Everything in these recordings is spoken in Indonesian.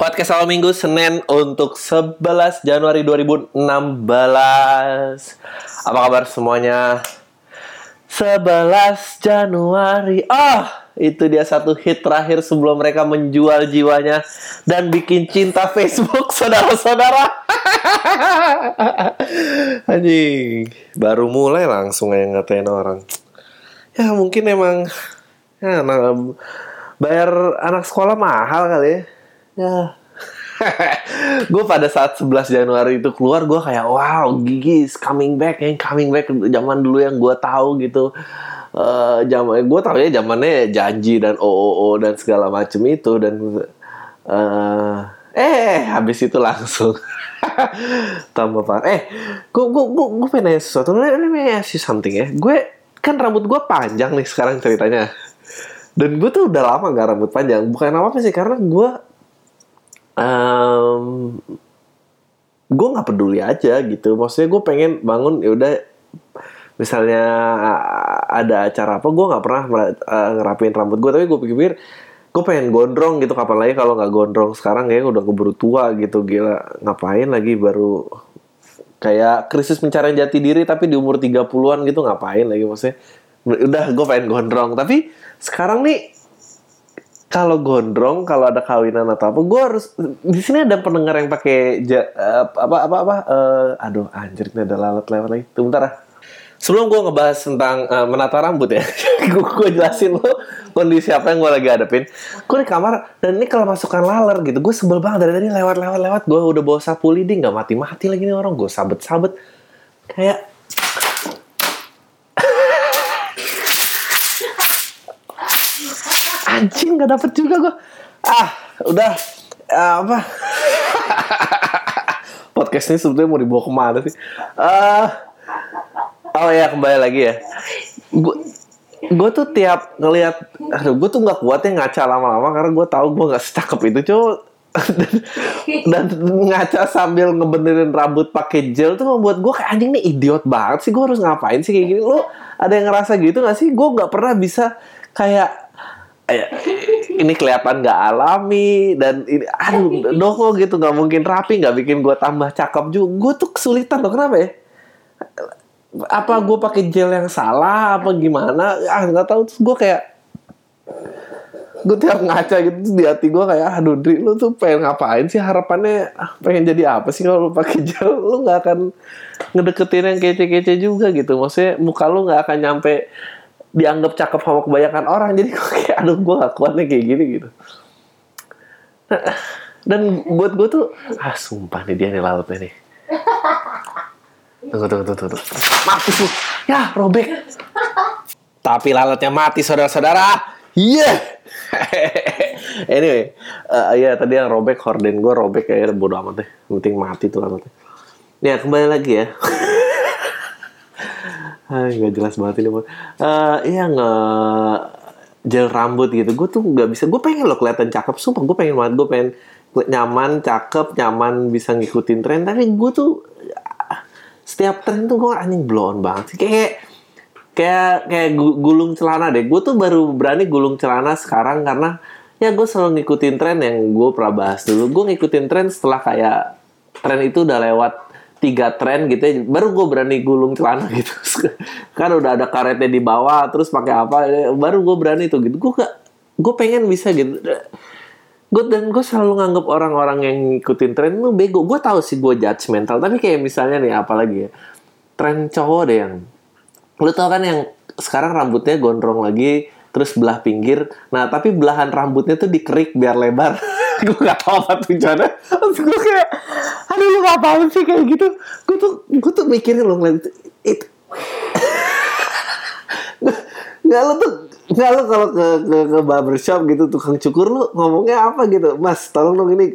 Podcast awal minggu Senin untuk 11 Januari 2016. Apa kabar semuanya? 11 Januari. Itu dia satu hit terakhir sebelum mereka menjual jiwanya dan bikin cinta Facebook, saudara-saudara. Anjing, baru mulai langsung aja ngatain orang. Ya mungkin emang bayar anak sekolah mahal kali ya. Ya, gue pada saat 11 Januari itu keluar, gue kayak wow, Gigi is coming back zaman dulu yang gue tahu gitu. Zaman gue tahu ya zamannya janji dan OOO dan segala macam itu dan habis itu langsung tambah parah. Gue pengen nanya sesuatu. Let me ask you something ya. Gue kan rambut gue panjang nih sekarang ceritanya. Dan gue tuh udah lama gak rambut panjang. Bukan apa-apa sih, karena gue nggak peduli aja gitu. Maksudnya gue pengen bangun, ya udah, misalnya ada acara apa, gue nggak pernah ngerapiin rambut gue. Tapi gue pikir gue pengen gondrong gitu. Kapan lagi kalau nggak gondrong sekarang ya udah keburu tua gitu. Gila, ngapain lagi baru kayak krisis pencarian jati diri tapi di umur 30-an gitu, ngapain lagi. Maksudnya udah, gue pengen gondrong. Tapi sekarang nih kalau gondrong, kalau ada kawinan atau apa, gue harus, di sini ada pendengar yang pakai aduh anjir, ini ada lalat lewat lagi. Tunggu bentar. Sebelum gue ngebahas tentang menata rambut ya, gue jelasin lo kondisi apa yang gue lagi hadapin. Gue di kamar dan ini kalau masukkan laler gitu, gue sebel banget. Dari tadi lewat, gue udah bawa sapu lidi, nggak mati lagi nih orang. Gue sabet kayak anjing, gak dapet juga gue. Udah podcast ini sebetulnya mau dibawa kemana sih? Kembali lagi ya. Gue tuh tiap ngelihat, gue tuh nggak kuat ya ngaca lama-lama karena gue tahu gue nggak secakep itu, cowok. Dan ngaca sambil ngebenerin rambut pakai gel tuh membuat gue kayak anjing, nih idiot banget sih, gue harus ngapain sih kayak gini. Lu ada yang ngerasa gitu nggak sih? Gue nggak pernah bisa kayak ini kelihatan nggak alami dan ini dongo gitu, nggak mungkin rapi, nggak bikin gue tambah cakep juga. Gue tuh kesulitan loh, kenapa ya? Apa gue pakai gel yang salah apa gimana? Nggak tahu. Terus gue kayak, gue tiap ngaca gitu di hati gue kayak, aduh Dri, lu tuh pengen ngapain sih? Harapannya pengen jadi apa sih kalau lu pakai gel? Lu nggak akan ngedeketin yang kece-kece juga gitu. Maksudnya muka lu nggak akan nyampe dianggap cakep sama kebanyakan orang. Jadi gue kayak, aduh gue gak kuat nih kayak gini gitu. Dan buat gue tuh, sumpah nih dia nih lalatnya nih. Tunggu. Mati tuh. Ya, robek. Tapi lalatnya mati, saudara-saudara. Yeah. Anyway, tadi yang robek, horden gue robek, kayak bodo amat deh. Penting mati tuh lalatnya. Ya, kembali lagi ya. Nggak jelas banget ini. Gel rambut gitu. Gue tuh nggak bisa. Gue pengen loh kelihatan cakep. Sumpah gue pengen banget. Gue pengen nyaman, cakep, nyaman, bisa ngikutin tren. Tapi gue tuh setiap tren tuh gue anjing blow on banget sih. Kayak gulung celana deh. Gue tuh baru berani gulung celana sekarang karena ya gue selalu ngikutin tren yang gue pernah bahas dulu. Gue ngikutin tren setelah kayak tren itu udah lewat 3 tren gitu ya, baru gue berani gulung celana gitu. Kan udah ada karetnya di bawah, terus pakai apa, baru gue berani tuh gitu. Gue pengen bisa gitu. Dan gue selalu nganggep orang-orang yang ngikutin tren tuh bego. Gue tahu sih gue judgmental, tapi kayak misalnya nih, apalagi ya, tren cowok deh yang, lu tau kan yang sekarang rambutnya gondrong lagi, terus belah pinggir. Nah tapi belahan rambutnya tuh dikerik biar lebar. Gue gak tau apa tujuannya. Terus gue kayak, aduh lu ngapain sih kayak gitu. Gue tuh mikirin lo ngeliat itu. Nggak lo kalau ke barbershop gitu, tukang cukur, lu ngomongnya apa gitu, Mas tolong dong ini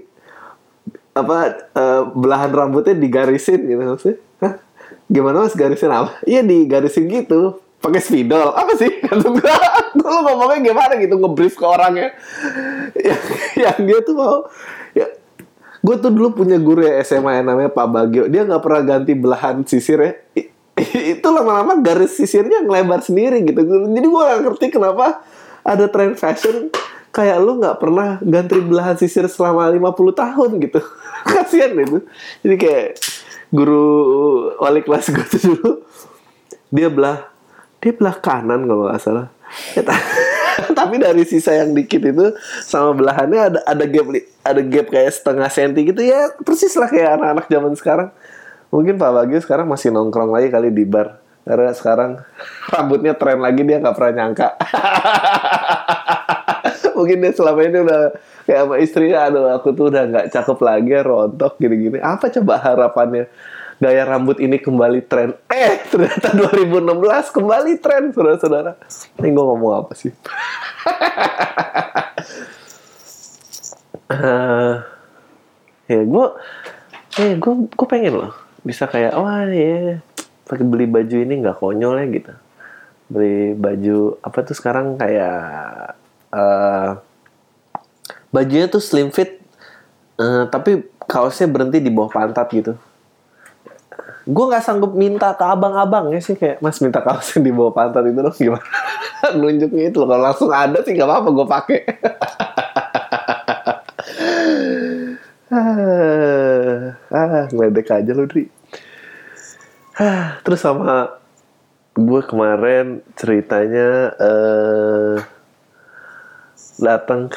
belahan rambutnya digarisin gitu. Maksudnya, gimana Mas, garisin apa? Iya digarisin gitu, pakai spidol apa sih? Gue lo ngomongnya gimana gitu, nge-brief ke orangnya. Yang dia tuh mau ya. Gue tuh dulu punya guru ya SMA yang namanya Pak Bagio. Dia gak pernah ganti belahan sisir ya. Itu lama-lama garis sisirnya ngelebar sendiri gitu. Jadi gue gak ngerti kenapa ada tren fashion kayak lu nggak pernah ganti belahan sisir selama 50 tahun gitu. Kasian itu. Jadi kayak guru wali kelas gue tuh dulu, dia belah kanan kalau nggak salah. Tapi dari sisa yang dikit itu sama belahannya ada gap kayak setengah senti gitu ya, persis lah kayak anak-anak zaman sekarang. Mungkin Pak Bagio sekarang masih nongkrong lagi kali di bar, karena sekarang rambutnya tren lagi, dia nggak pernah nyangka. Mungkin dia selama ini udah kayak sama istrinya, aduh aku tuh udah nggak cakep lagi, rontok gini-gini. Apa coba harapannya gaya rambut ini kembali tren? Ternyata 2016 kembali tren, saudara-saudara. Ini gue ngomong apa sih? Ya gue pengen loh bisa kayak, wah ya pakai beli baju ini nggak konyol ya gitu. Beli baju apa tuh sekarang kayak bajunya tuh slim fit, tapi kaosnya berhenti di bawah pantat gitu. Gue nggak sanggup minta ke abang-abangnya sih, kayak mas minta kaosnya di bawah pantat itu dong, gimana? Nunjuknya itu loh, kalau langsung ada sih nggak apa-apa gue pakai. Ngeledek aja lu, Dri. Terus sama gue kemarin ceritanya datang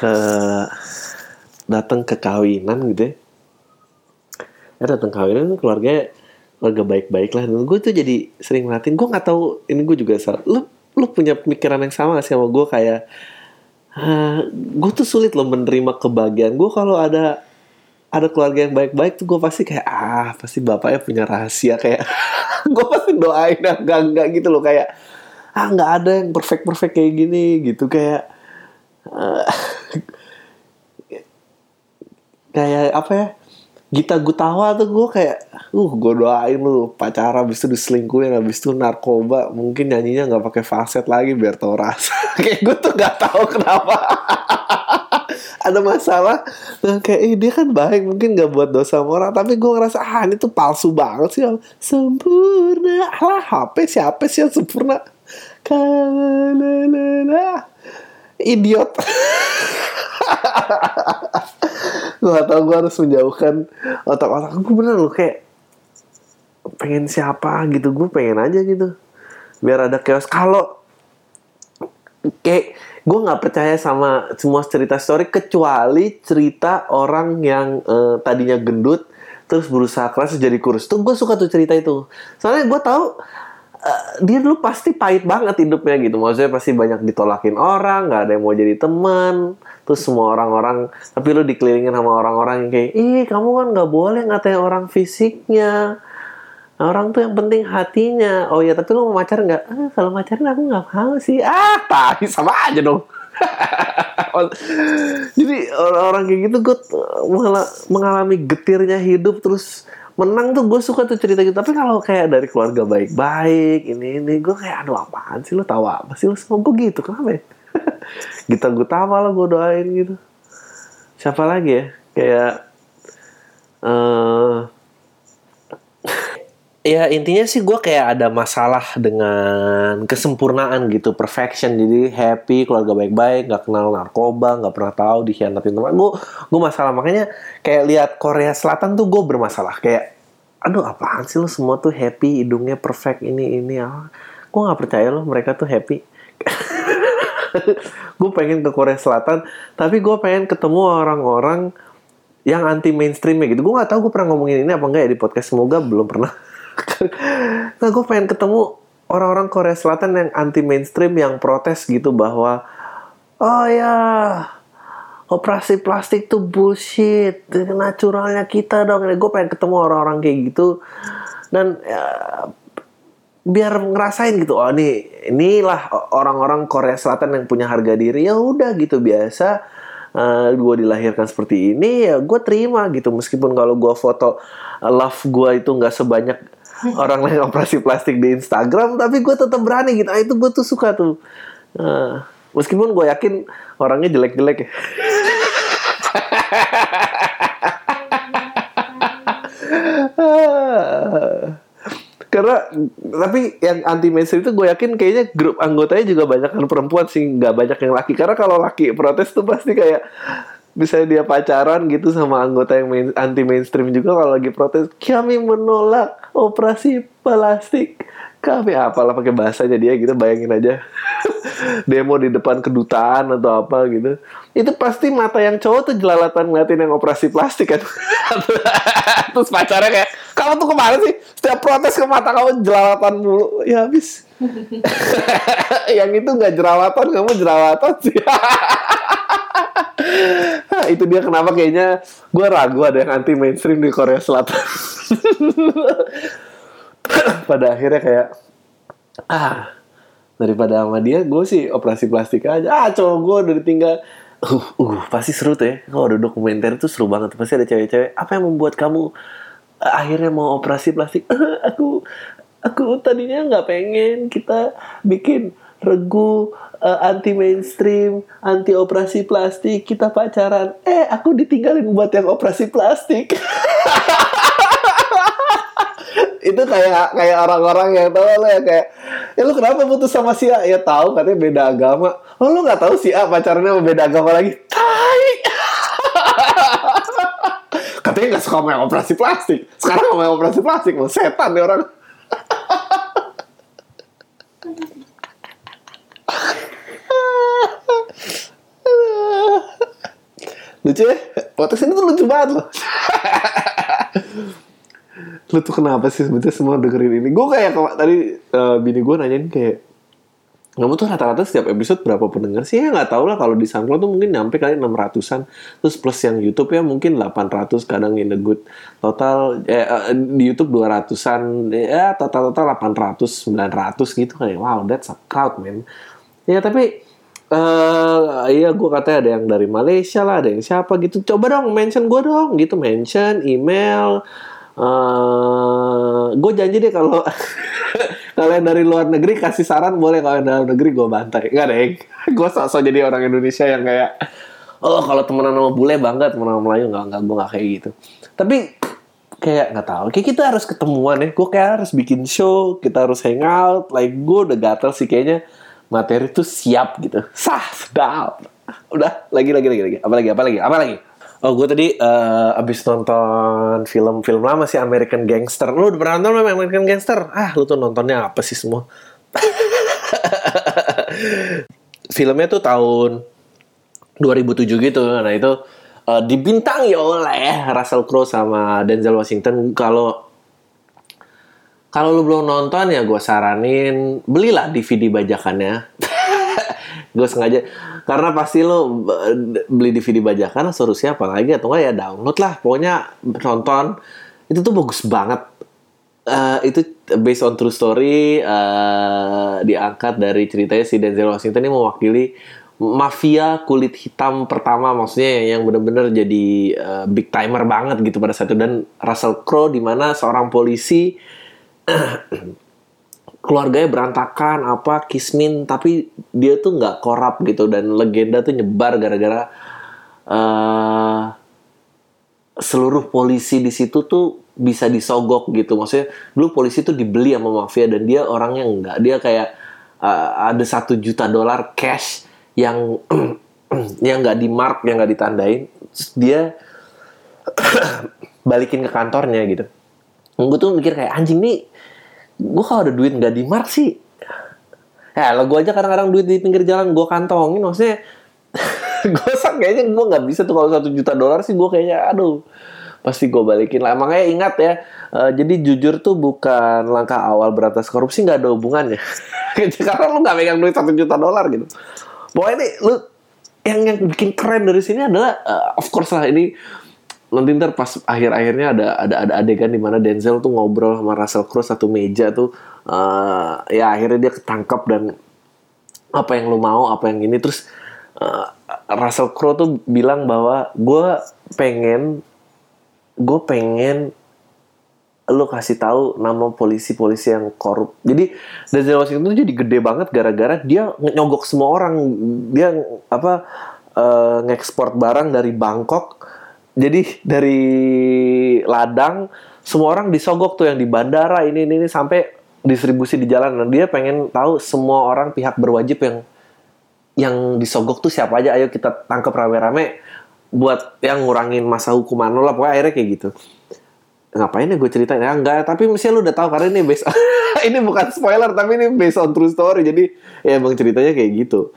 ke kawinan gitu ya. Datang kawinan, keluarga baik-baik lah. Dan gue tuh jadi sering ngeliatin, gue nggak tahu ini gue juga salah. Lu punya pemikiran yang sama gak sih sama gue, kayak gue tuh sulit loh menerima kebahagiaan gue kalau ada keluarga yang baik-baik tuh. Gue pasti kayak pasti bapaknya punya rahasia, kayak gue pasti doain yang enggak gitu loh, kayak nggak ada yang perfect kayak gini gitu, kayak kayak apa ya, Gita Gutawa tuh gue kayak gue doain lu pacaran habis itu diselingkuhin, habis itu narkoba, mungkin nyanyinya nggak pakai falset lagi biar tau rasa. Kayak gue tuh nggak tahu kenapa ada masalah, kayak dia kan baik, mungkin nggak buat dosa sama orang, tapi gue ngerasa ini tuh palsu banget sih. Sempurna lah, siapa sih yang sempurna? Idiot. Gue gak tau, gue harus menjauhkan otak-otak gue, bener loh, kayak pengen siapa gitu, gue pengen aja gitu biar ada chaos. Kalau kayak gue gak percaya sama semua cerita story, kecuali cerita orang yang tadinya gendut terus berusaha keras jadi kurus. Tuh gue suka tuh cerita itu, soalnya gue tahu dia dulu pasti pahit banget hidupnya gitu. Maksudnya pasti banyak ditolakin orang, gak ada yang mau jadi teman. Terus semua orang-orang, tapi lu dikelilingin sama orang-orang yang kayak, kamu kan gak boleh ngatain orang fisiknya, orang tuh yang penting hatinya. Oh iya, tapi lu mau pacaran gak? Kalau pacaran aku gak mau sih. Tapi sama aja dong. Jadi orang-orang kayak gitu gue mengalami getirnya hidup terus menang tuh. Gue suka tuh cerita gitu. Tapi kalau kayak dari keluarga baik-baik ini gue kayak, aduh apaan sih, lu tahu apa sih lu semua gue gitu, kenapa ya? Gita Gutawa lah gue doain gitu. Siapa lagi ya, kayak ya intinya sih gue kayak ada masalah dengan kesempurnaan gitu, perfection. Jadi happy, keluarga baik-baik, nggak kenal narkoba, nggak pernah tahu dikhianatin teman. Gue masalah, makanya kayak lihat Korea Selatan tuh gue bermasalah, kayak aduh apaan sih lo semua tuh happy, hidungnya perfect, ini gue nggak percaya lo mereka tuh happy. Gue pengen ke Korea Selatan, tapi gue pengen ketemu orang-orang yang anti mainstreamnya gitu. Gue nggak tahu gue pernah ngomongin ini apa enggak ya di podcast, semoga belum pernah. Nah gue pengen ketemu orang-orang Korea Selatan yang anti mainstream, yang protes gitu bahwa operasi plastik tuh bullshit, naturalnya kita dong. Gue pengen ketemu orang-orang kayak gitu dan biar ngerasain gitu, inilah orang-orang Korea Selatan yang punya harga diri. Ya udah gitu, biasa gue dilahirkan seperti ini, ya gue terima gitu. Meskipun kalau gue foto love gue itu nggak sebanyak orang lain operasi plastik di Instagram, tapi gue tetap berani gitu. Itu gue tuh suka tuh, meskipun gue yakin orangnya jelek-jelek ya. Karena tapi yang anti mainstream itu gue yakin kayaknya grup anggotanya juga banyak kan perempuan sih, nggak banyak yang laki. Karena kalau laki protes tuh pasti kayak misalnya dia pacaran gitu sama anggota yang anti mainstream juga, kalau lagi protes, kami menolak operasi plastik. Kami apalah pakai bahasanya dia gitu, bayangin aja. Demo di depan kedutaan atau apa gitu. Itu pasti mata yang cowok tuh jelalatan ngeliatin yang operasi plastik kan. Terus pacarnya kayak, kamu tuh kemana sih? Setiap protes ke mata kamu jelalatan mulu. Ya habis. Yang itu gak jerawatan, kamu jerawatan sih. Itu dia kenapa kayaknya gue ragu ada yang anti mainstream di Korea Selatan. Pada akhirnya kayak daripada sama dia gue sih operasi plastik aja. Cowok gue udah ditinggal. Pasti seru tuh ya. Kalau ada dokumenter tuh seru banget. Pasti ada cewek-cewek. Apa yang membuat kamu akhirnya mau operasi plastik? Aku tadinya nggak pengen kita bikin regu anti mainstream, anti operasi plastik, kita pacaran. Aku ditinggalin buat yang operasi plastik. Itu kayak orang-orang yang tahu lah ya, kayak lu kenapa putus sama si A? Ya tahu katanya beda agama. Lu nggak tahu si A pacarnya sama beda agama lagi? Tai. Katanya nggak suka sama yang operasi plastik. Sekarang sama yang operasi plastik, mau setan nih orang. Lucu ya? Podcast ini tuh lucu banget loh. Lu tuh kenapa sih sebetulnya semua dengerin ini? Gue kayak tadi bini gue nanyain kayak, kamu tuh rata-rata setiap episode berapa pendengar sih? Ya gak tau lah, kalau di SoundCloud tuh mungkin nyampe kali 600-an. Terus plus yang YouTube ya mungkin 800, kadang in the good. Total di YouTube 200-an. Ya total 800, 900 gitu kayak. Wow, that's a crowd man. Ya tapi iya gue katanya ada yang dari Malaysia lah, ada yang siapa gitu. Coba dong mention gue dong gitu, mention, email. Gue janji deh kalau kalian dari luar negeri kasih saran boleh, kalau dalam negeri gue bantai. Enggak deh, gue sok-sok jadi orang Indonesia yang kayak kalau temenan sama bule bangga, temenan sama Melayu enggak, gue nggak kayak gitu. Tapi kayak nggak tahu, kayak kita harus ketemuan ya. Gue kayak harus bikin show, kita harus hangout. Like gue udah gatel sih kayaknya, materi tuh siap gitu. Sedap. Udah lagi. Apa lagi? Oh, gue tadi abis nonton film lama sih, American Gangster. Lu udah pernah nonton belum American Gangster? Lu tuh nontonnya apa sih semua? Filmnya tuh tahun 2007 gitu. Nah itu dibintangi oleh Russell Crowe sama Denzel Washington. Kalau lu belum nonton ya gue saranin belilah DVD bajakannya. Gue sengaja, karena pasti lo beli DVD bajakan solusinya apa lagi, atau enggak ya download lah. Pokoknya nonton itu tuh bagus banget. Itu based on true story, diangkat dari ceritanya si Denzel Washington ini mewakili mafia kulit hitam pertama, maksudnya yang benar-benar jadi big timer banget gitu pada saat itu. Dan Russell Crowe di mana seorang polisi keluarganya berantakan, kismin, tapi dia tuh nggak korup gitu, dan legenda tuh nyebar gara-gara seluruh polisi di situ tuh bisa disogok gitu. Maksudnya dulu polisi tuh dibeli sama mafia, dan dia orangnya enggak, dia kayak ada $1 juta cash yang yang nggak di mark, yang nggak ditandain, terus dia balikin ke kantornya gitu. Gue tuh mikir kayak, anjing nih, gue kalau ada duit nggak di mark sih, ya lo gue aja kadang-kadang duit di pinggir jalan gue kantongin. Maksudnya gue kayaknya gue nggak bisa tuh kalau $1 juta sih, gue kayaknya aduh pasti gue balikin lah. Makanya ingat ya, jadi jujur tuh bukan langkah awal berantas korupsi, nggak ada hubungannya. Karena lu nggak megang duit $1 juta gitu. Pokoknya nih, lu yang bikin keren dari sini adalah of course lah, ini nanti ntar pas akhir-akhirnya ada adegan di mana Denzel tuh ngobrol sama Russell Crowe satu meja tuh, ya akhirnya dia ketangkap dan apa yang lu mau, apa yang ini. Terus Russell Crowe tuh bilang bahwa gue pengen lu kasih tahu nama polisi-polisi yang korup. Jadi Denzel Washington tuh jadi gede banget gara-gara dia nyogok semua orang. Dia ngekspor barang dari Bangkok. Jadi dari ladang semua orang disogok tuh, yang di bandara ini sampai distribusi di jalan. Dan dia pengen tahu semua orang pihak berwajib yang disogok tuh siapa aja. Ayo kita tangkap rame-rame buat yang ngurangin masa hukuman lo lah. Pokoknya akhirnya kayak gitu. Ngapain ya gue ceritain? Ya enggak, tapi mesti lu udah tahu karena ini based ini bukan spoiler, tapi ini based on true story. Jadi ya emang ceritanya kayak gitu.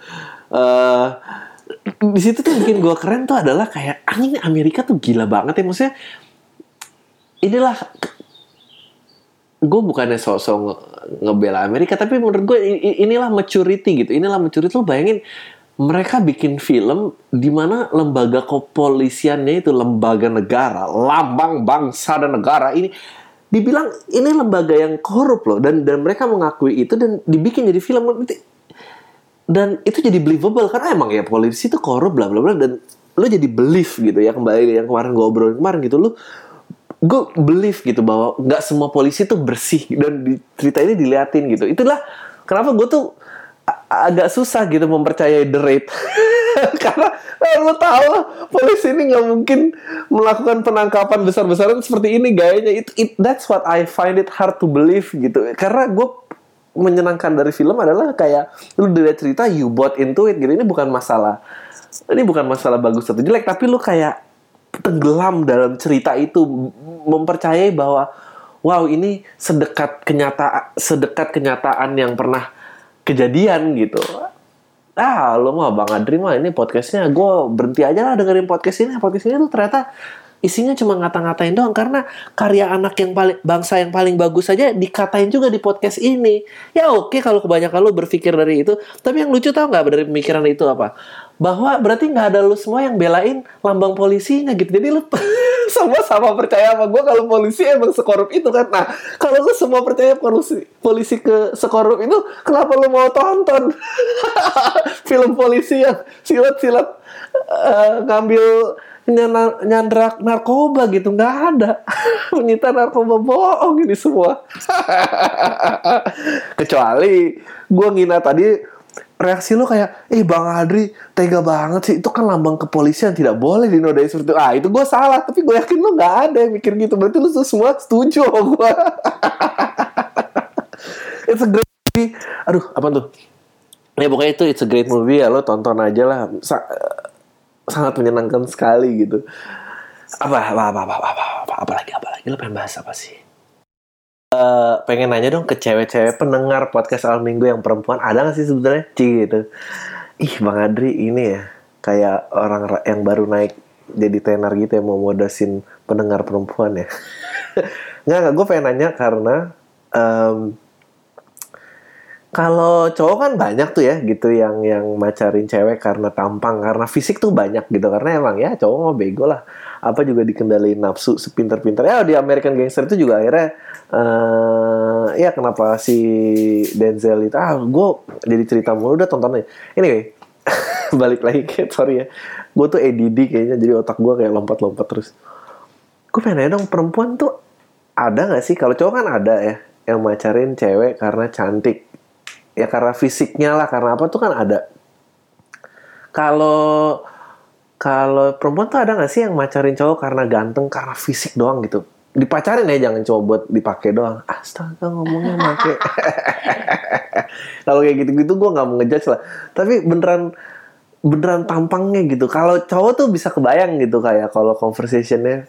Di situ tuh bikin gue keren tuh adalah kayak anjing, Amerika tuh gila banget ya. Maksudnya inilah, gue bukannya sosok ngebela Amerika, tapi menurut gue inilah maturity gitu. Inilah maturity. Lo bayangin mereka bikin film di mana lembaga kepolisiannya itu lembaga negara, lambang bangsa dan negara ini dibilang ini lembaga yang korup loh, dan mereka mengakui itu dan dibikin jadi film, dan itu jadi believable karena emang ya polisi itu korup bla bla bla, dan lo jadi believe gitu ya, kembali yang kemarin gue obrolin kemarin gitu, gue believe gitu bahwa nggak semua polisi tuh bersih, dan di cerita ini diliatin gitu. Itulah kenapa gue tuh agak susah gitu mempercayai The Raid. Karena lo tau lah, polisi ini nggak mungkin melakukan penangkapan besar-besaran seperti ini gayanya. That's what I find it hard to believe gitu. Karena gue menyenangkan dari film adalah kayak lu dari cerita you bought into it gitu. Ini bukan masalah bagus atau jelek, tapi lu kayak tenggelam dalam cerita itu, mempercayai bahwa wow, ini sedekat kenyataan yang pernah kejadian gitu. Lo mah Bang Adri mah ini podcastnya gue berhenti aja lah dengerin podcast ini tuh ternyata isinya cuma ngata-ngatain doang, karena karya anak yang bangsa yang paling bagus aja dikatain juga di podcast ini. Ya oke, kalau kebanyakan lo berpikir dari itu, tapi yang lucu tau nggak dari pemikiran itu apa? Bahwa berarti nggak ada lu semua yang belain lambang polisinya gitu. Jadi lu sama percaya sama gue kalau polisi emang sekorup itu kan. Nah, kalau lu semua percaya polisi ke sekorup itu, kenapa lu mau tonton film polisi yang silat-silat ngambil nyandrak narkoba gitu? Nggak ada. Menyita narkoba, bohong ini semua. Kecuali gue ngina tadi reaksi lo kayak, Bang Adri tega banget sih, itu kan lambang kepolisian, tidak boleh dinodai seperti itu. Itu gue salah, tapi gue yakin lo gak ada yang mikir gitu. Berarti lo semua setuju sama gue. It's a great movie. Aduh, apa tuh? Ya pokoknya it's a great movie ya, lo tonton aja lah. Sangat menyenangkan sekali gitu. Apa lagi lo pengen bahas apa sih? Pengen nanya dong ke cewek-cewek pendengar podcast Al Minggu yang perempuan, ada gak sih sebenarnya gitu? Bang Adri ini ya kayak orang yang baru naik jadi tenar gitu ya, mau modasin pendengar perempuan ya. Nggak, gue pengen nanya karena kalau cowok kan banyak tuh ya gitu yang macarin cewek karena tampang, karena fisik tuh banyak gitu, karena emang ya cowok mah bego lah, apa juga dikendaliin nafsu sepintar-pintar. Ya di American Gangster itu juga akhirnya ya kenapa si Denzel itu gue jadi cerita mulu, udah tontonnya. Anyway, balik lagi sorry ya, gue tuh ADD kayaknya, jadi otak gue kayak lompat-lompat terus. Gue pengen nanya dong, perempuan tuh ada gak sih? Kalau cowok kan ada ya yang macarin cewek karena cantik, ya karena fisiknya lah, karena apa tuh kan ada. Kalau perempuan tuh ada gak sih yang macarin cowok karena ganteng, karena fisik doang gitu? Dipacarin ya, jangan cuma buat dipakai doang. Astaga, ngomongnya make. Kalau kayak gitu-gitu gue nggak mau ngejudge lah. Tapi beneran tampangnya gitu. Kalau cowok tuh bisa kebayang gitu, kayak kalau conversationnya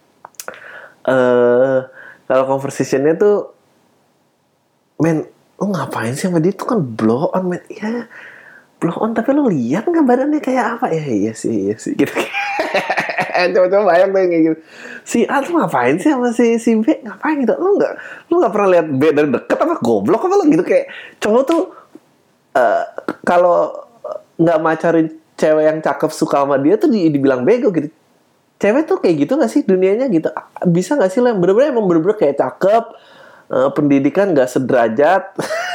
tuh, men, lo ngapain sih sama dia, tuh kan blow on, men. Ya, blow on, tapi lo lihat nggak badannya kayak apa? Ya iya sih gitu. Coba-coba bayang deh kayak gitu. Si A tuh ngapain sih sama si B, ngapain gitu? Lu nggak pernah lihat B dari deket apa goblok apa lo gitu? Kayak cowok tuh kalau nggak macarin cewek yang cakep suka sama dia tuh dibilang bego gitu. Cewek tuh kayak gitu nggak sih dunianya gitu? Bisa nggak sih lo yang bener-bener kayak cakep, pendidikan nggak sederajat,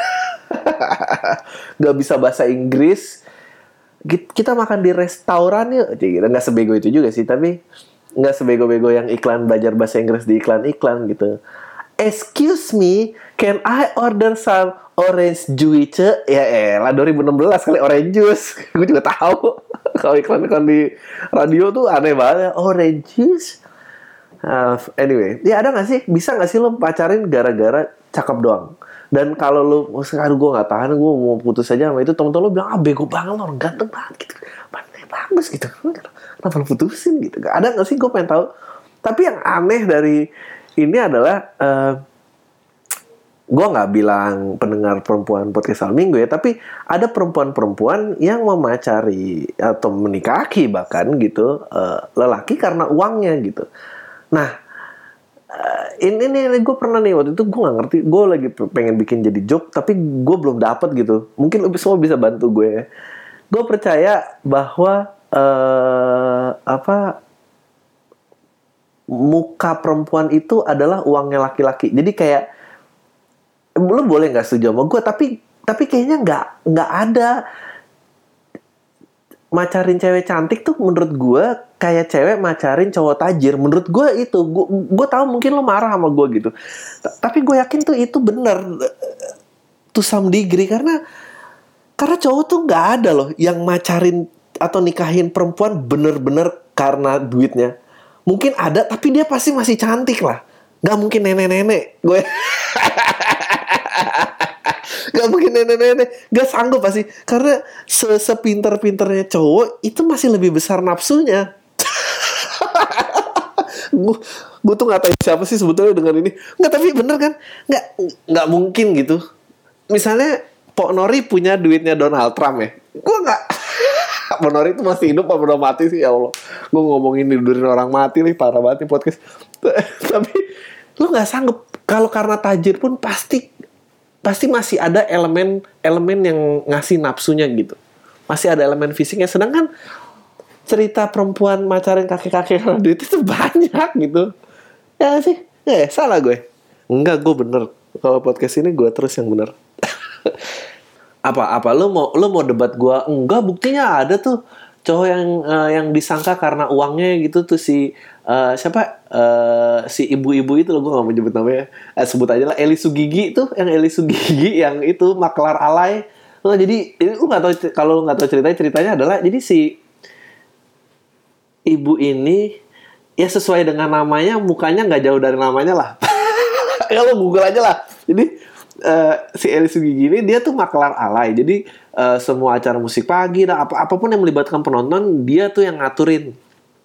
nggak bisa bahasa Inggris, kita makan di restoran yuk, gitu. Nggak sebego itu juga sih, tapi nggak sebego-bego yang iklan belajar bahasa Inggris di iklan-iklan gitu. Excuse me, can I order some orange juice? Ya elah, 2016 kali orange juice. Gue juga tahu. Kalau iklan-iklan di radio tuh aneh banget. Orange juice? Anyway, ya ada nggak sih, bisa nggak sih lo pacarin gara-gara cakep doang? Dan kalau lo, sekarang gue nggak tahan, gue mau putus aja sama itu, temen-temen lo bilang, bego banget lo, orang ganteng banget gitu, pantai bagus gitu, kenapa lo putusin gitu? Ada nggak sih, gue pengen tahu. Tapi yang aneh dari ini adalah, gue nggak bilang pendengar perempuan podcast Al Minggu ya, tapi ada perempuan-perempuan yang memacari atau menikahi bahkan gitu lelaki karena uangnya gitu. Nah, ini gue pernah nih waktu itu, gue nggak ngerti, gue lagi pengen bikin jadi joke tapi gue belum dapet gitu. Mungkin lo semua bisa bantu gue ya. Gue percaya bahwa muka perempuan itu adalah uangnya laki-laki. Jadi kayak lo boleh nggak setuju sama gue, tapi kayaknya nggak ada macarin cewek cantik tuh menurut gue kayak cewek macarin cowok tajir. Menurut gue itu, gue tahu mungkin lo marah sama gue gitu, tapi gue yakin tuh itu bener to some degree, karena cowok tuh nggak ada loh yang macarin atau nikahin perempuan bener-bener karena duitnya. Mungkin ada, tapi dia pasti masih cantik lah. Nggak mungkin nenek-nenek gue. Gak mungkin nenek-nenek, gak sanggup pasti. Karena sepinter-pinternya cowok itu masih lebih besar nafsunya. Gue tuh ngatain siapa sih sebetulnya dengan ini. Nggak, tapi bener kan, nggak mungkin gitu. Misalnya Pok Nori punya duitnya Donald Trump ya, gue nggak. Pok Nori itu masih hidup apa udah mati sih, ya Allah. Gue ngomongin tidurin orang mati nih, parah banget nih podcast. Tapi lu nggak sanggup. Kalau karena tajir pun pasti masih ada elemen yang ngasih nafsunya gitu. Masih ada elemen fisiknya. Sedangkan cerita perempuan macarin kakek-kakek karena duit itu banyak gitu. Ya sih? Salah gue. Enggak, gue bener. Kalau podcast ini gue terus yang bener. Apa lu mau debat gue? Enggak, buktinya ada tuh cowok yang disangka karena uangnya gitu tuh si siapa si ibu-ibu itu loh, gue nggak mau nyebut namanya, sebut aja lah, Eli Sugigi tuh, yang Eli Sugigi yang itu maklar alay. Nah, jadi lu nggak tahu, kalau lu nggak tahu ceritanya adalah, jadi si ibu ini ya sesuai dengan namanya, mukanya nggak jauh dari namanya lah. Kalau Google aja lah. Jadi si Eli Sugigi ini dia tuh maklar alay. Jadi semua acara musik pagi dan apapun yang melibatkan penonton, dia tuh yang ngaturin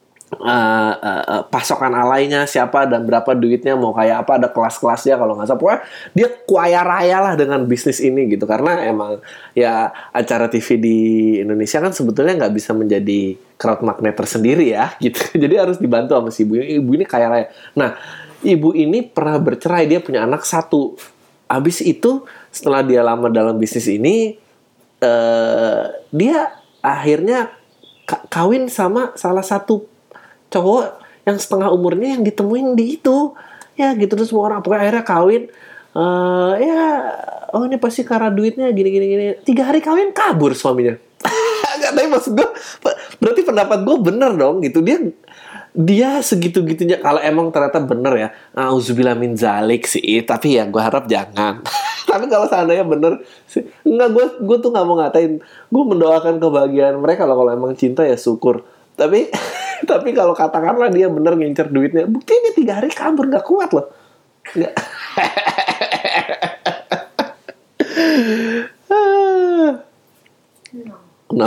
pasokan alaynya siapa dan berapa duitnya, mau kayak apa, ada kelas-kelasnya kalau nggak salah. Pokoknya dia kaya raya lah dengan bisnis ini gitu, karena emang ya acara TV di Indonesia kan sebetulnya nggak bisa menjadi crowd magnet tersendiri ya gitu. Jadi harus dibantu sama si ibu ini. Ibu ini kaya raya. Nah, ibu ini pernah bercerai, dia punya anak 1. Abis itu setelah dia lama dalam bisnis ini, dia akhirnya kawin sama salah satu cowok yang setengah umurnya yang ditemuin di itu. Ya gitu, terus semua orang pokoknya akhirnya kawin. Ini pasti karena duitnya gini. 3 hari kawin kabur suaminya. Gak, tapi maksud gue, berarti pendapat gue bener dong gitu. Dia segitu-gitunya. Kalau emang ternyata bener ya, auzubillah min zalik sih. Tapi ya gue harap jangan. Tapi kalau seandainya bener sih, enggak, gue tuh gak mau ngatain. Gue mendoakan kebahagiaan mereka. Kalau emang cinta ya syukur. Tapi kalau katakanlah dia bener ngincer duitnya, buktinya 3 hari kabur, gak kuat loh. Gak. No.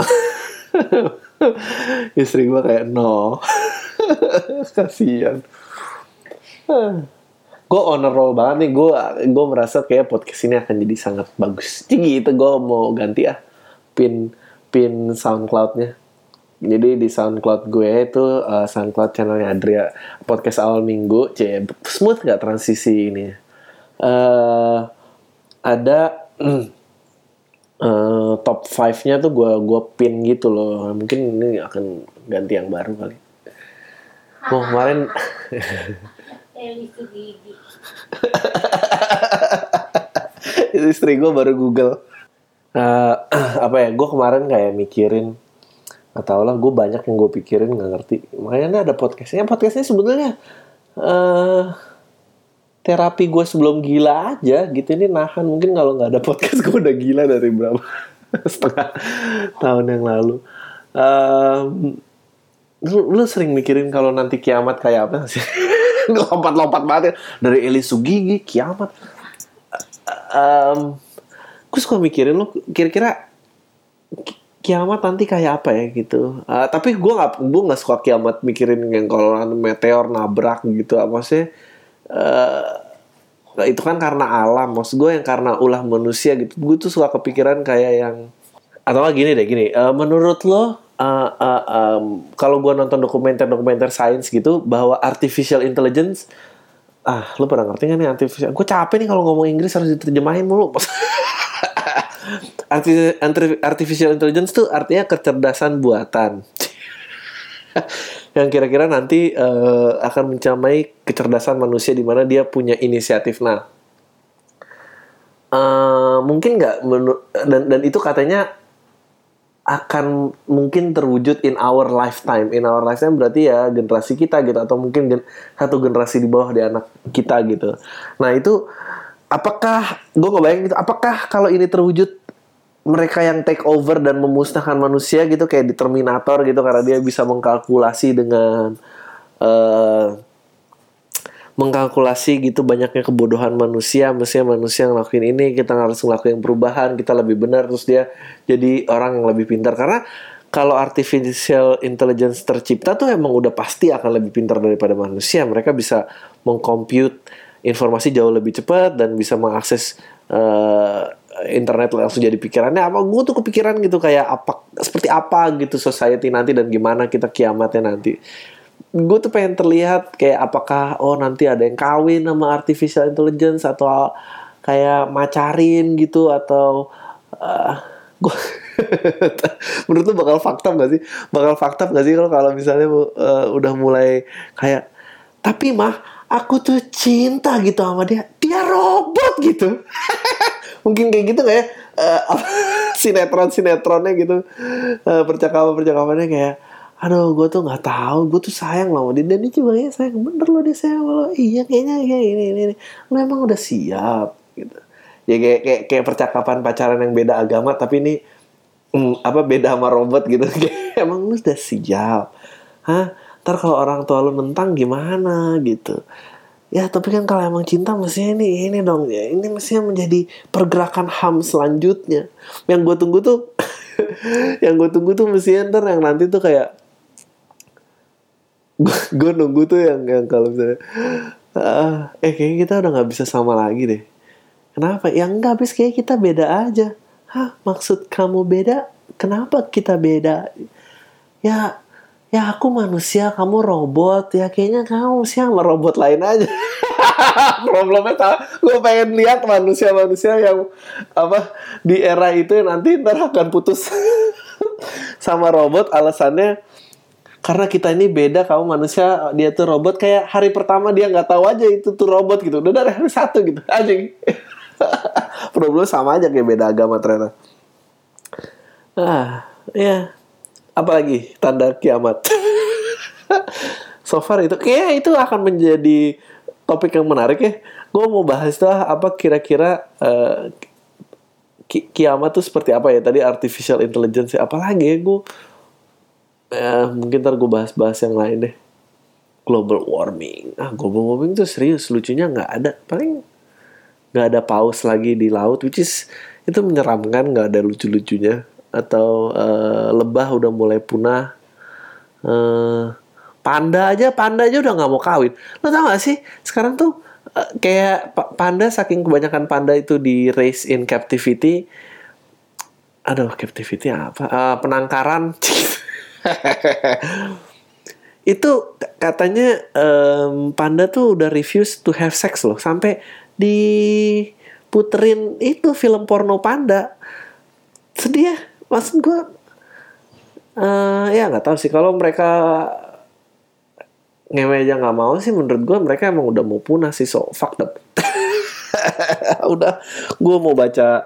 Istri gue kayak no. Kasian. Gue honor roll banget nih. Gue merasa kayak podcast ini akan jadi sangat bagus. Jadi gitu, gue mau ganti pin SoundCloud-nya. Jadi di SoundCloud gue itu SoundCloud channelnya Adria, podcast awal minggu. Smooth gak transisi ini? Ada top 5-nya tuh gue pin gitu loh. Mungkin ini akan ganti yang baru kali. Kemarin Eli Sugigi. istri gue baru Google. Gue kemarin kayak mikirin, nggak tau lah, gue banyak yang gue pikirin nggak ngerti. Makanya ada podcastnya. Podcastnya sebetulnya terapi gue sebelum gila aja gitu. Ini nahan. Mungkin kalau nggak ada podcast gue udah gila dari berapa setengah tahun yang lalu. Lu sering mikirin kalau nanti kiamat kayak apa sih? Lompat-lompat banget ya. Dari Eli Sugigi, kiamat. Gue suka mikirin lo, kira-kira kiamat nanti kayak apa ya gitu. Tapi gue nggak suka kiamat mikirin yang kalau meteor nabrak gitu. Maksudnya itu kan karena alam. Maksud gue yang karena ulah manusia gitu. Gue tuh suka kepikiran kayak yang, atau gini deh, gini. Menurut lo, kalau gue nonton dokumenter sains gitu, bahwa artificial intelligence, lo pernah ngerti gak nih artificial? Gue capek nih kalau ngomong Inggris harus diterjemahin mulu. Artificial intelligence tuh artinya kecerdasan buatan. Yang kira-kira nanti akan mencapai kecerdasan manusia di mana dia punya inisiatif. Nah, mungkin nggak, dan itu katanya akan mungkin terwujud in our lifetime. In our lifetime berarti ya generasi kita gitu, atau mungkin satu generasi di bawah di anak kita gitu. Nah itu, apakah, gue ngebayang gitu, apakah kalau ini terwujud, mereka yang take over dan memusnahkan manusia gitu, kayak di Terminator gitu, karena dia bisa mengkalkulasi dengan mengkalkulasi gitu banyaknya kebodohan manusia, mestinya manusia ngelakuin ini, kita harus ngelakuin perubahan, kita lebih benar, terus dia jadi orang yang lebih pintar. Karena kalau artificial intelligence tercipta tuh emang udah pasti akan lebih pintar daripada manusia. Mereka bisa mengcompute informasi jauh lebih cepat dan bisa mengakses internet langsung jadi pikirannya. Apa gue tuh kepikiran gitu, kayak apa, seperti apa gitu society nanti dan gimana kita kiamatnya nanti. Gue tuh pengen terlihat kayak apakah nanti ada yang kawin sama artificial intelligence, atau kayak macarin gitu, atau gue menurut lu bakal fakta gak sih? Bakal fakta gak sih kalau misalnya udah mulai kayak, tapi mah aku tuh cinta gitu sama dia robot gitu. Mungkin kayak gitu kayak sinetronnya gitu, percakapannya kayak, aduh gue tuh nggak tahu, gue tuh sayang loh dia, dan dia juga ya sayang bener loh, dia sayang lo, iya kayaknya kayak ini lo emang udah siap gitu ya, kayak percakapan pacaran yang beda agama tapi ini beda sama robot gitu. Emang lu udah siap, ntar kalau orang tua lu nentang gimana gitu ya. Tapi kan kalau emang cinta mestinya ini dong ya, ini mestinya menjadi pergerakan HAM selanjutnya. Yang gue tunggu tuh mestinya ntar yang nanti tuh kayak, gue nunggu tuh yang kalau misalnya kayaknya kita udah nggak bisa sama lagi deh. Kenapa? Ya nggak, habis kayak kita beda aja. Maksud kamu beda? Kenapa kita beda? Ya aku manusia, kamu robot. Ya kayaknya kamu sih sama robot lain aja. Problemnya gue pengen lihat manusia yang di era itu yang nanti ntar akan putus sama robot, alasannya karena kita ini beda, kamu manusia, dia tuh robot. Kayak hari pertama dia nggak tahu aja itu tuh robot gitu, udah dari hari 1 gitu anjing. Problem sama aja kayak beda agama ternyata. Ya apalagi tanda kiamat. So far itu kayak itu akan menjadi topik yang menarik ya. Gue mau bahas lah apa kira-kira kiamat tuh seperti apa ya. Tadi artificial intelligence, apalagi ya gue mungkin ntar gue bahas yang lain deh. Global warming. Global warming tuh serius, lucunya nggak ada. Paling nggak ada paus lagi di laut, which is itu menyeramkan, nggak ada lucu-lucunya. Atau lebah udah mulai punah. Panda aja udah nggak mau kawin. Lo tau gak sih sekarang tuh kayak panda, saking kebanyakan panda itu di raise in captivity. Captivity apa? Penangkaran. Itu katanya panda tuh udah refuse to have sex loh, sampai diputerin itu film porno panda. Sedih ya, maksud gue ya nggak tahu sih, kalau mereka ngewe aja nggak mau sih, menurut gue mereka emang udah mau punah sih, so fucked up. Udah, gue mau baca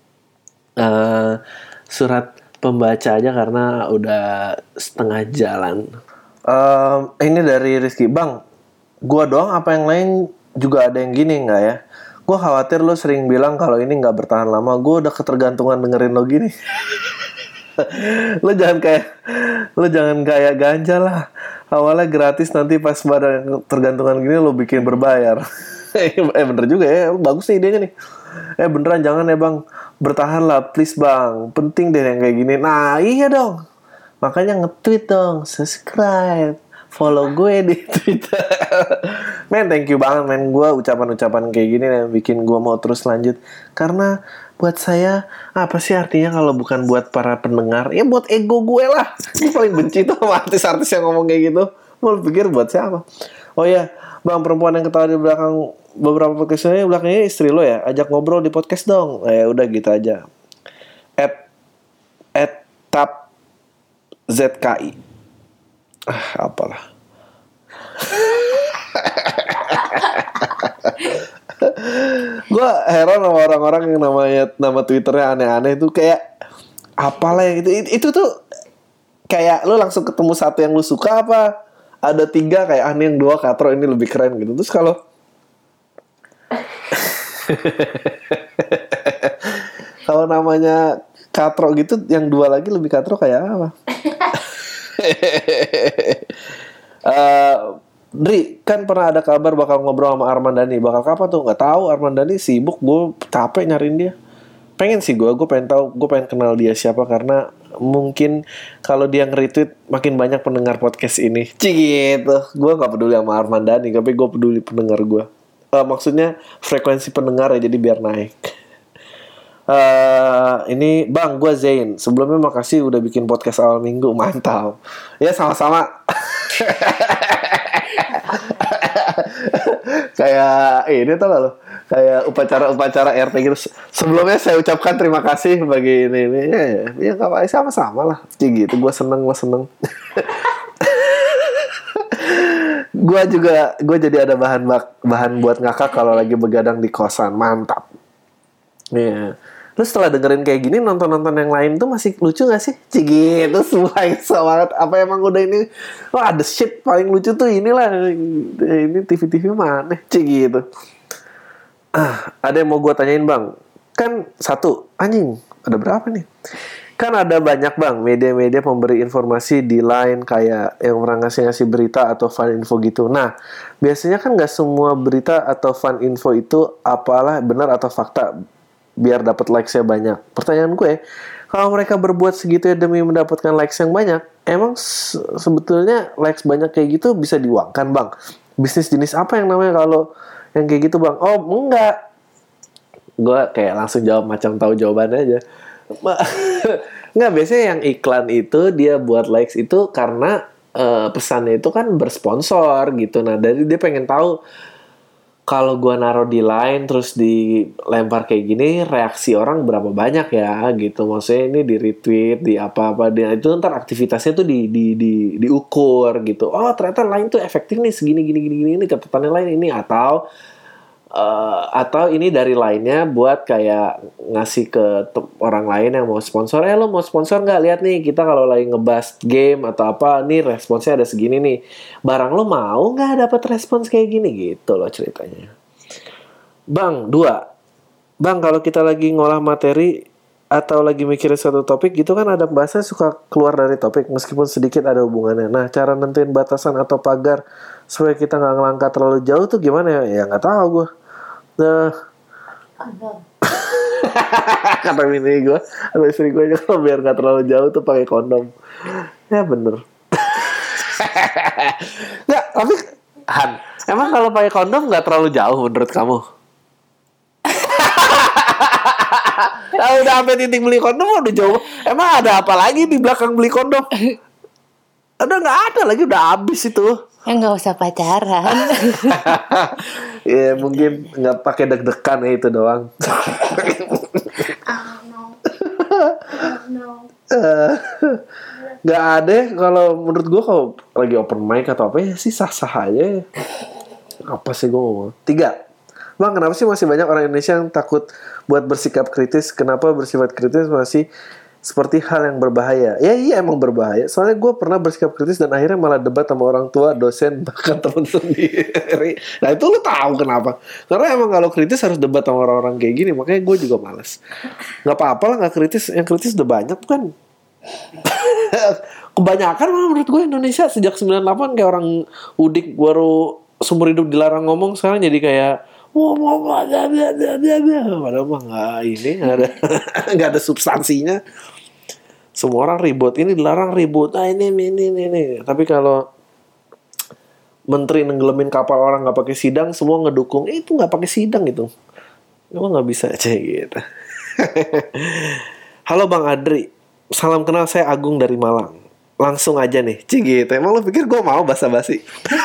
surat pembaca aja karena udah setengah jalan. Ini dari Rizky, Bang, gue doang apa yang lain juga ada yang gini nggak ya? Gue khawatir lo sering bilang kalau ini nggak bertahan lama. Gue udah ketergantungan dengerin lo gini. Lo jangan kayak ganja lah. Awalnya gratis, nanti pas pada tergantungan gini lo bikin berbayar. Bener juga ya, bagus nih idenya nih. Beneran jangan ya bang, bertahan lah please bang, penting deh yang kayak gini. Nah iya dong, makanya nge-tweet dong, subscribe, follow gue di Twitter. Men, thank you banget men, gue ucapan-ucapan kayak gini yang bikin gue mau terus lanjut. Karena buat saya, apa sih artinya kalau bukan buat para pendengar? Ya buat ego gue lah. Gue paling benci tuh sama artis-artis yang ngomong kayak gitu. Mau pikir buat siapa? Oh ya, bang, perempuan yang ketawa di belakang beberapa podcastnya belakangnya istri lo ya, ajak ngobrol di podcast dong. Udah gitu aja. @tap ZKI. Apalah. Gue heran sama orang-orang yang nama Twitternya aneh-aneh itu, kayak apalah yang itu tuh kayak lu langsung ketemu satu yang lu suka apa ada 3 kayak yang 2 katro ini lebih keren gitu. Terus kalau namanya katro gitu, yang 2 lagi lebih katro kayak apa? Dri, kan pernah ada kabar bakal ngobrol sama Arman Dhani. Bakal kapan tuh? Nggak tahu. Arman Dhani sibuk, gue capek nyariin dia. Pengen sih gue pengen tahu, gue pengen kenal dia siapa, karena mungkin kalau dia nge-retweet makin banyak pendengar podcast ini. Gitu. Gue nggak peduli sama Arman Dhani, tapi gue peduli pendengar gue. Maksudnya frekuensi pendengar ya, jadi biar naik. Ini bang, gue Zain. Sebelumnya makasih udah bikin podcast awal minggu, mantap. Ya sama-sama. Kayak ini tau gak lo, kayak upacara RT gitu. Sebelumnya saya ucapkan terima kasih bagi ini. Ya gak apa-apa, sama-sama lah. Gitu, gue seneng. Gue jadi ada bahan buat ngakak kalau lagi begadang di kosan. Mantap. Iya. Terus setelah dengerin kayak gini, nonton yang lain tuh masih lucu gak sih? Gitu, semua yang banget. Apa emang udah ini, ada shit paling lucu tuh inilah. Ini TV mana? Gitu. Ada yang mau gue tanyain bang. Kan 1, anjing, ada berapa nih? Kan ada banyak bang, media-media pemberi informasi di Line, kayak yang orang ngasih berita atau fan info gitu. Nah, biasanya kan gak semua berita atau fan info itu apalah benar atau fakta, biar dapat likes-nya banyak. Pertanyaan gue, kalau mereka berbuat segitu ya demi mendapatkan likes yang banyak, emang sebetulnya likes banyak kayak gitu bisa diuangkan bang? Bisnis jenis apa yang namanya kalau yang kayak gitu bang? Oh enggak. Gue kayak langsung jawab macam tahu jawabannya aja. Enggak, biasanya yang iklan itu dia buat likes itu karena pesannya itu kan bersponsor gitu. Nah dari dia pengen tahu, kalau gue naruh di Line terus dilempar kayak gini, reaksi orang berapa banyak ya gitu. Maksudnya ini di retweet, di apa-apa, itu ntar aktivitasnya tuh diukur gitu. Oh ternyata Line tuh efektif nih segini gini catatannya Line ini, atau ini dari lainnya buat kayak ngasih ke orang lain yang mau sponsor. Lo mau sponsor nggak? Lihat nih, kita kalau lagi ngebahas game atau apa nih, responsnya ada segini nih. Barang lo mau nggak dapat respons kayak gini gitu loh ceritanya. Bang, 2. Bang, kalau kita lagi ngolah materi atau lagi mikirin suatu topik gitu kan, ada bahasa suka keluar dari topik meskipun sedikit ada hubungannya. Nah, cara nentuin batasan atau pagar supaya kita nggak ngelangkah terlalu jauh tuh gimana ya? Ya nggak tahu gue. Nah, kata bini gue atau istri gue aja, kalau biar nggak terlalu jauh tuh pakai kondom. Ya bener. Nggak, tapi Han, emang kalau pakai kondom nggak terlalu jauh menurut kamu? Udah sampai titik beli kondom udah jauh. Emang ada apa lagi di belakang beli kondom? Udah nggak ada lagi, udah habis itu. Ya nggak usah pacaran. Ya mungkin nggak pakai deg-degan ya, itu doang. Nggak ada. Kalau menurut gue kalau lagi open mic atau apa ya sih sah-sah aja. Apa sih gue ngomong? 3. Bang, kenapa sih masih banyak orang Indonesia yang takut buat bersikap kritis? Kenapa bersifat kritis masih seperti hal yang berbahaya? Ya iya emang berbahaya. Soalnya gue pernah bersikap kritis dan akhirnya malah debat sama orang tua, dosen, bahkan temen sendiri. Nah itu lu tahu kenapa? Karena emang kalau kritis harus debat sama orang-orang kayak gini. Makanya gue juga malas. Gak apa-apa lah gak kritis. Yang kritis udah banyak kan. kebanyakan malah menurut gue Indonesia sejak 98 kayak orang udik baru seumur hidup dilarang ngomong, sekarang jadi kayak padahal mah nggak ada nggak ada substansinya. Semua orang ribut, ini dilarang ribut, ini. Tapi kalau menteri nenggelamin kapal orang nggak pakai sidang, semua ngedukung. Itu nggak pakai sidang itu, emang nggak bisa aja gitu. Halo Bang Adri, salam kenal, saya Agung dari Malang. Langsung aja nih, gitu. Emang lo pikir gue mau basa-basi?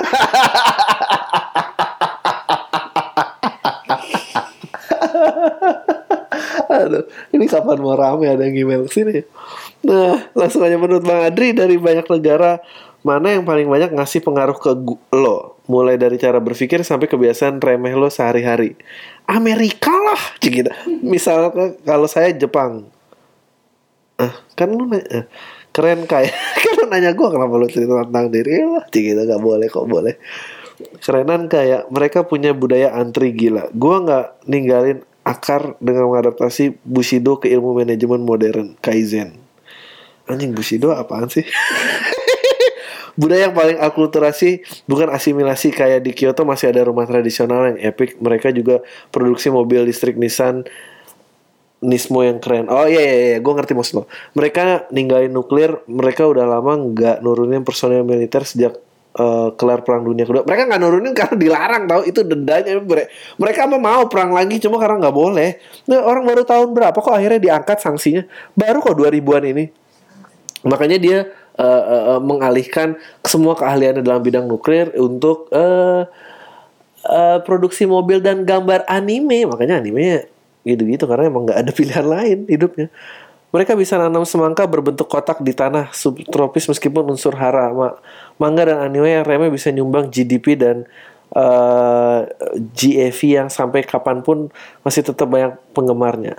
Aduh, ini kapan mau rame ada yang email sini. Nah, langsung aja, menurut Bang Adri, dari banyak negara mana yang paling banyak ngasih pengaruh ke lo? Mulai dari cara berpikir sampai kebiasaan remeh lo sehari-hari. Amerika lah, gitu. Misalnya kalau saya Jepang. Kan lu keren kayak kan lu nanya gue kenapa lu cerita tentang diri lo, gitu. Gak boleh, kok boleh. Kerenan kayak mereka punya budaya antri gila. Gue nggak ninggalin akar dengan mengadaptasi Bushido ke ilmu manajemen modern, Kaizen. Anjing, Bushido apaan sih? Budaya yang paling akulturasi, bukan asimilasi. Kayak di Kyoto masih ada rumah tradisional yang epic. Mereka juga produksi mobil listrik Nissan Nismo yang keren. Oh iya, gue ngerti maksud lo. Mereka ninggalin nuklir. Mereka udah lama nggak nurunin personel militer sejak kelar perang dunia kedua. Mereka nggak nurunin karena dilarang, tahu, itu dendanya. Mereka mau perang lagi, cuma karena nggak boleh. Nah, orang baru tahun berapa kok akhirnya diangkat sanksinya? Baru kok 2000-an ini. Makanya dia mengalihkan semua keahliannya dalam bidang nuklir untuk produksi mobil dan gambar anime. Makanya animenya gitu-gitu karena emang nggak ada pilihan lain hidupnya. Mereka bisa nanam semangka berbentuk kotak di tanah subtropis meskipun unsur hara. Manga dan anime yang remeh bisa nyumbang GDP dan GAV yang sampai kapanpun masih tetap banyak penggemarnya.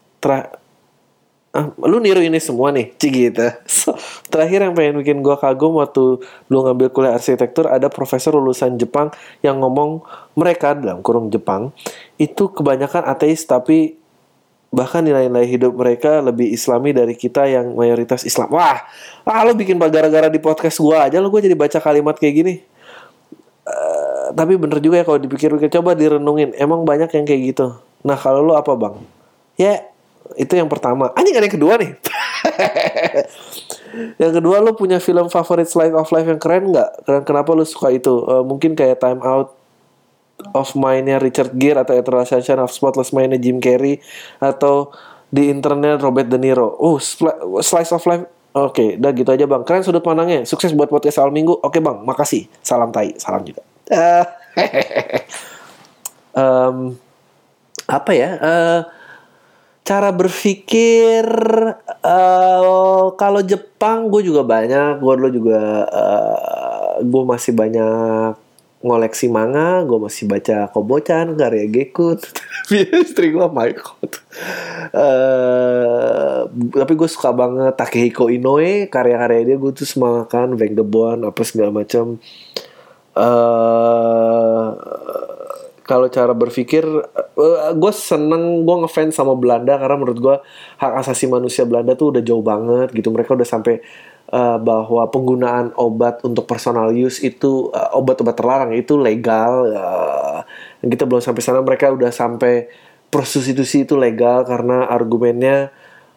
Lu niru ini semua nih, gitu. Terakhir yang pengen bikin gue kagum waktu lu ngambil kuliah arsitektur, ada profesor lulusan Jepang yang ngomong mereka dalam kurung Jepang itu kebanyakan ateis, tapi bahkan nilai-nilai hidup mereka lebih Islami dari kita yang mayoritas Islam. Wah, lu bikin gara-gara di podcast gue aja gue jadi baca kalimat kayak gini. Tapi bener juga ya kalau dipikir-pikir, coba direnungin, emang banyak yang kayak gitu. Nah, kalau lu apa Bang? Ya, itu yang pertama. Anjing, ada yang kedua nih. Yang kedua, lu punya film favorit slice of life yang keren nggak? Dan kenapa lu suka itu? Mungkin kayak Time Out of Mind-nya Richard Gere, atau Eternal Sunshine of Spotless Mind-nya Jim Carrey, atau di internet Robert De Niro. Slice of life. Oke, udah gitu aja Bang. Keren sudut pandangnya. Sukses buat podcast awal minggu. Oke Bang, makasih. Salam tai, salam juga. Apa ya? Cara berpikir, kalau Jepang gue juga banyak. Gue dulu juga gue masih banyak ngoleksi manga. Gue masih baca Kobo-chan, karya Gekko. Istri gue Maiko. Tapi gue suka banget Takehiko Inoue. Karya-karya dia gue tuh semangatkan, Vagabond apa segala macam. Kalau cara berpikir, gue seneng, gue ngefans sama Belanda karena menurut gue hak asasi manusia Belanda tuh udah jauh banget gitu. Mereka udah sampai bahwa penggunaan obat untuk personal use itu, obat-obat terlarang itu legal. Dan kita belum sampai sana. Mereka udah sampai prostitusi itu legal karena argumennya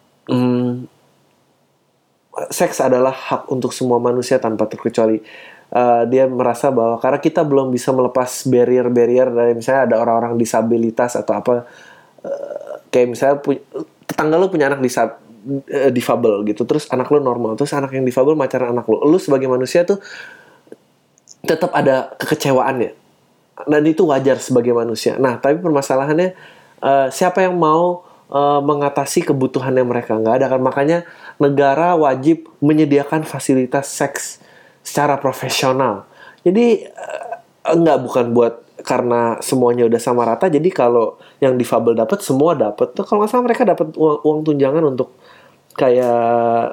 seks adalah hak untuk semua manusia tanpa terkecuali. Dia merasa bahwa karena kita belum bisa melepas barrier-barrier dari misalnya ada orang-orang disabilitas atau apa, kayak misalnya tetangga lu punya anak difabel gitu, terus anak lu normal, terus anak yang difabel pacaran anak lu sebagai manusia tuh tetap ada kekecewaannya, dan itu wajar sebagai manusia. Nah, tapi permasalahannya siapa yang mau mengatasi kebutuhannya mereka? Nggak ada kan. Makanya negara wajib menyediakan fasilitas seks secara profesional. Jadi bukan buat karena semuanya udah sama rata. Jadi kalau yang difabel dapat, semua dapat. Tuh kalau nggak salah mereka dapat uang tunjangan untuk kayak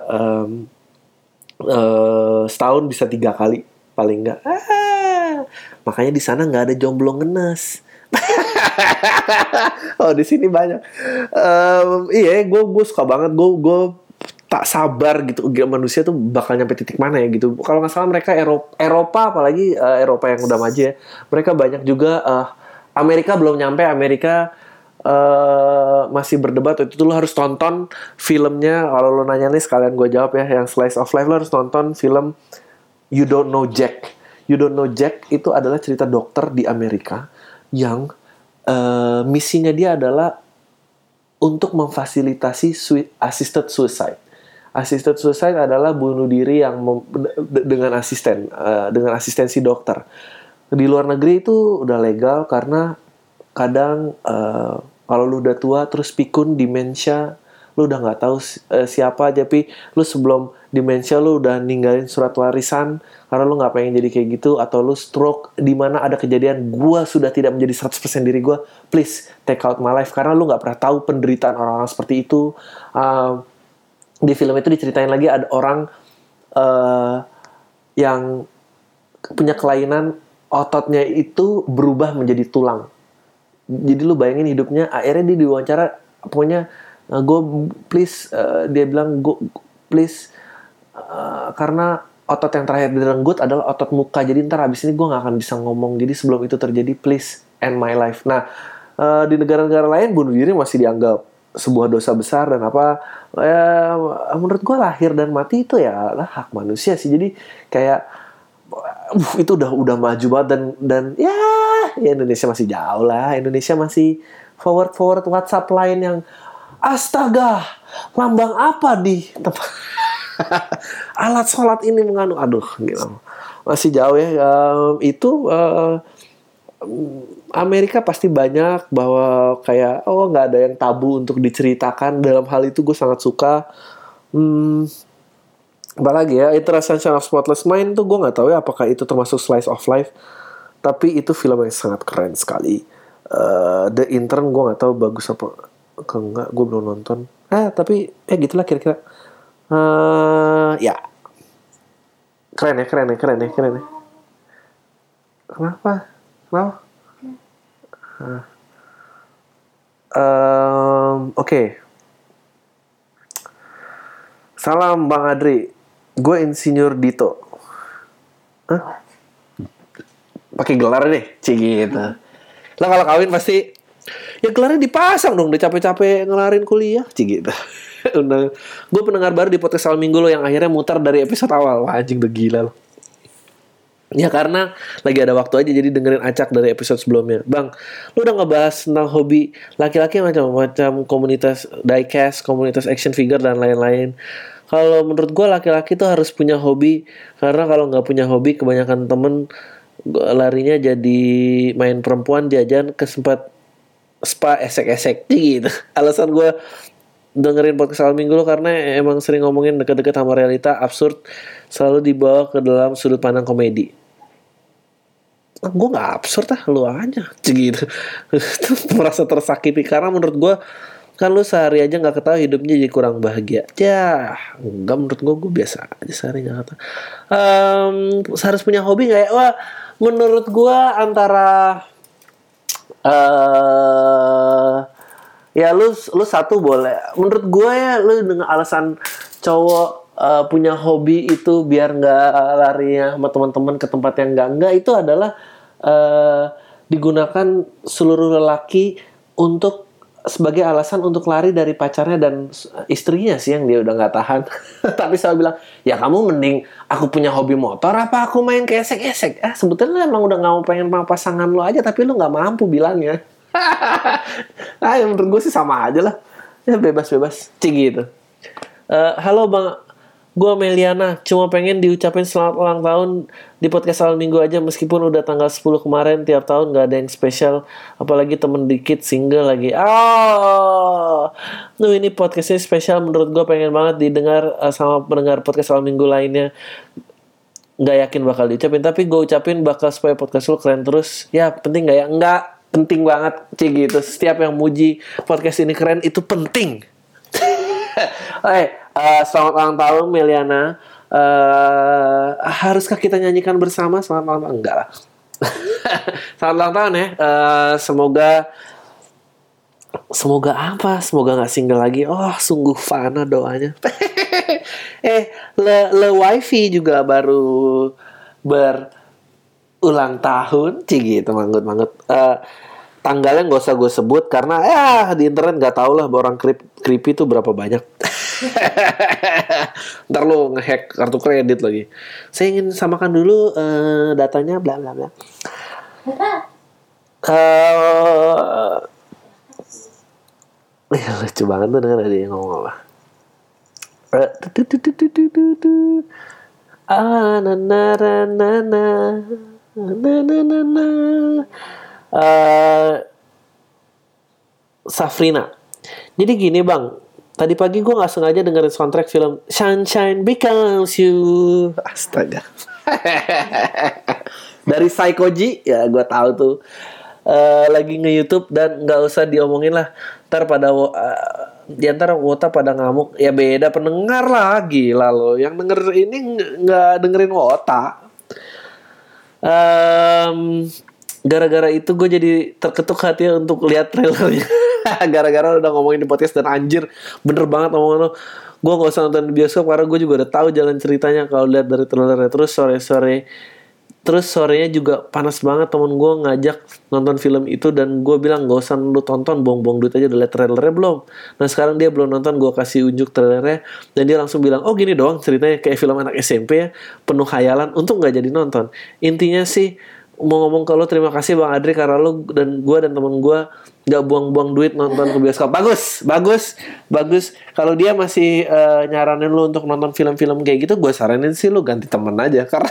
setahun bisa 3 kali paling nggak. Makanya di sana nggak ada jomblo ngenes. Oh, di sini banyak. Iya, gue suka banget. Gue tak sabar gitu manusia tuh bakal nyampe titik mana ya gitu. Kalau nggak salah mereka Eropa apalagi Eropa yang udah maju ya, mereka banyak juga Amerika belum nyampe. Amerika masih berdebat. Itu lo harus tonton filmnya. Kalau lo nanya nih sekalian gue jawab ya, yang slice of life, lo harus tonton film You Don't Know Jack. You Don't Know Jack itu adalah cerita dokter di Amerika yang misinya dia adalah untuk memfasilitasi assisted suicide. Assisted suicide adalah bunuh diri yang dengan asistensi dokter. Di luar negeri itu udah legal karena kadang kalau lu udah tua terus pikun demensia, lu udah nggak tahu siapa, tapi lu sebelum demensia lu udah ninggalin surat warisan karena lu nggak pengen jadi kayak gitu, atau lu stroke di mana ada kejadian gua sudah tidak menjadi 100% diri gua, please take out my life, karena lu nggak pernah tahu penderitaan orang-orang seperti itu. Di film itu diceritain lagi ada orang yang punya kelainan ototnya itu berubah menjadi tulang. Jadi lu bayangin hidupnya, akhirnya dia diwawancara, pokoknya gue please, dia bilang gue please, karena otot yang terakhir direnggut adalah otot muka, jadi ntar abis ini gue gak akan bisa ngomong, jadi sebelum itu terjadi please end my life. Nah di negara-negara lain bunuh diri masih dianggap sebuah dosa besar dan apa, menurut gue lahir dan mati itu ya hak manusia sih. Jadi kayak itu udah maju banget dan ya Indonesia masih jauh lah. Indonesia masih forward WhatsApp line yang astaga, lambang apa di tempat alat sholat ini mengandung, aduh gitu. Masih jauh ya. Amerika pasti banyak bahwa kayak nggak ada yang tabu untuk diceritakan. Dalam hal itu gue sangat suka. Apalagi ya, Intersection of Spotless Mind tuh gue nggak tahu ya apakah itu termasuk slice of life, tapi itu film yang sangat keren sekali. The Intern gue nggak tahu bagus apa enggak, gue belum nonton. Tapi ya gitulah kira-kira. Ya keren ya. Kenapa? Oke. Salam Bang Adri. Gue Insinyur Dito. Pakai gelar deh, gitu. Lah kalau kawin pasti ya gelarnya dipasang dong, udah capek-capek ngelarin kuliah, gitu. Gue pendengar baru di podcast Al Minggu lo yang akhirnya mutar dari episode awal. Wah, anjing udah gila lo. Ya karena lagi ada waktu aja, jadi dengerin acak dari episode sebelumnya. Bang, lu udah ngebahas tentang hobi laki-laki macam-macam, komunitas diecast, komunitas action figure dan lain-lain. Kalau menurut gue laki-laki tuh harus punya hobi, karena kalau nggak punya hobi kebanyakan temen larinya jadi main perempuan, jajan, kesempat spa, esek-esek gitu. Alasan gue dengerin podcast Al Minggu lo karena emang sering ngomongin deket-deket sama realita absurd, selalu dibawa ke dalam sudut pandang komedi. Gue nggak absurd lu aja gitu. Merasa tersakiti karena menurut gue kan lu sehari aja nggak ketahui hidupnya jadi kurang bahagia. Ya enggak, menurut gue biasa aja sehari nggak ketahui. Harus punya hobi nggak ya? Wah, menurut gue antara ya lu satu boleh. Menurut gue ya lu dengan alasan cowok punya hobi itu biar nggak larinya sama teman-teman ke tempat yang enggak itu adalah digunakan seluruh lelaki untuk sebagai alasan untuk lari dari pacarnya dan istrinya sih yang dia udah nggak tahan. Tapi saya bilang, ya kamu mending aku punya hobi motor apa aku main ke esek-esek. Sebetulnya emang udah nggak mau pengen sama pasangan lo aja, tapi lo nggak mampu bilangnya. Ya menurut gue sih sama aja lah. Ya bebas-bebas, gitu. Halo Bang, gue Meliana, cuma pengen diucapin selamat ulang tahun di podcast Al Minggu aja, meskipun udah tanggal 10 kemarin. Tiap tahun gak ada yang spesial, apalagi temen dikit single lagi. Ini podcastnya spesial menurut gue, pengen banget didengar sama pendengar podcast Al Minggu lainnya. Gak yakin bakal diucapin, tapi gue ucapin bakal supaya podcast lo keren terus. Ya penting gak ya? Enggak, penting banget gitu. Setiap yang muji podcast ini keren itu penting. Selamat ulang tahun Meliana. Haruskah kita nyanyikan bersama selamat ulang tahun? Enggak lah. Selamat ulang tahun ya. Semoga apa? Semoga gak single lagi. Sungguh fana doanya. Le Wifi juga baru berulang tahun, gitu manggut. Tanggalnya nggak usah gue sebut karena di internet nggak tahu lah orang creepy itu berapa banyak. Ntar lo ngehack kartu kredit lagi. Saya ingin samakan dulu datanya bla bla bla. Lucu banget tuh denger dia ngomong apa. Safrina. Jadi gini bang, tadi pagi gue nggak sengaja dengerin soundtrack film Sunshine Becomes You. Astaga. Dari Psychoji, ya gue tahu tuh. Lagi nge-YouTube dan nggak usah diomongin lah. Ntar pada di antara Wota pada ngamuk. Ya beda pendengar lah, gila lo. Yang denger ini nggak dengerin Wota. Gara-gara itu gue jadi terketuk hati untuk lihat trailernya. Gara-gara udah ngomongin di podcast dan anjir bener banget omongan lo. Gue gak usah nonton di bioskop karena gue juga udah tahu jalan ceritanya kalau lihat dari trailernya. Terus sorenya juga panas banget, temen gue ngajak nonton film itu dan gue bilang gak usah lu tonton, buang-buang duit aja, udah liat trailernya belum? Nah sekarang dia belum nonton, gue kasih unjuk trailernya dan dia langsung bilang, oh gini doang ceritanya, kayak film anak SMP ya, penuh khayalan, untung gak jadi nonton. Intinya sih mau ngomong ke lo, terima kasih Bang Adri karena lo dan gue dan temen gue gak buang-buang duit nonton ke bioskop. Bagus. Kalau dia masih nyaranin lo untuk nonton film-film kayak gitu, gue saranin sih lo ganti temen aja karena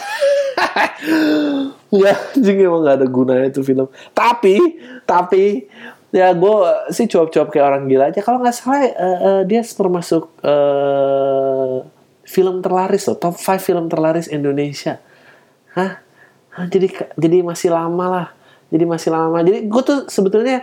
ya anjing emang gak ada gunanya tuh film. Tapi ya gue sih cuap-cuap kayak orang gila aja. Kalau gak salah dia termasuk film terlaris loh, top 5 film terlaris Indonesia. Hah? Jadi masih lama lah. Jadi gue tuh sebetulnya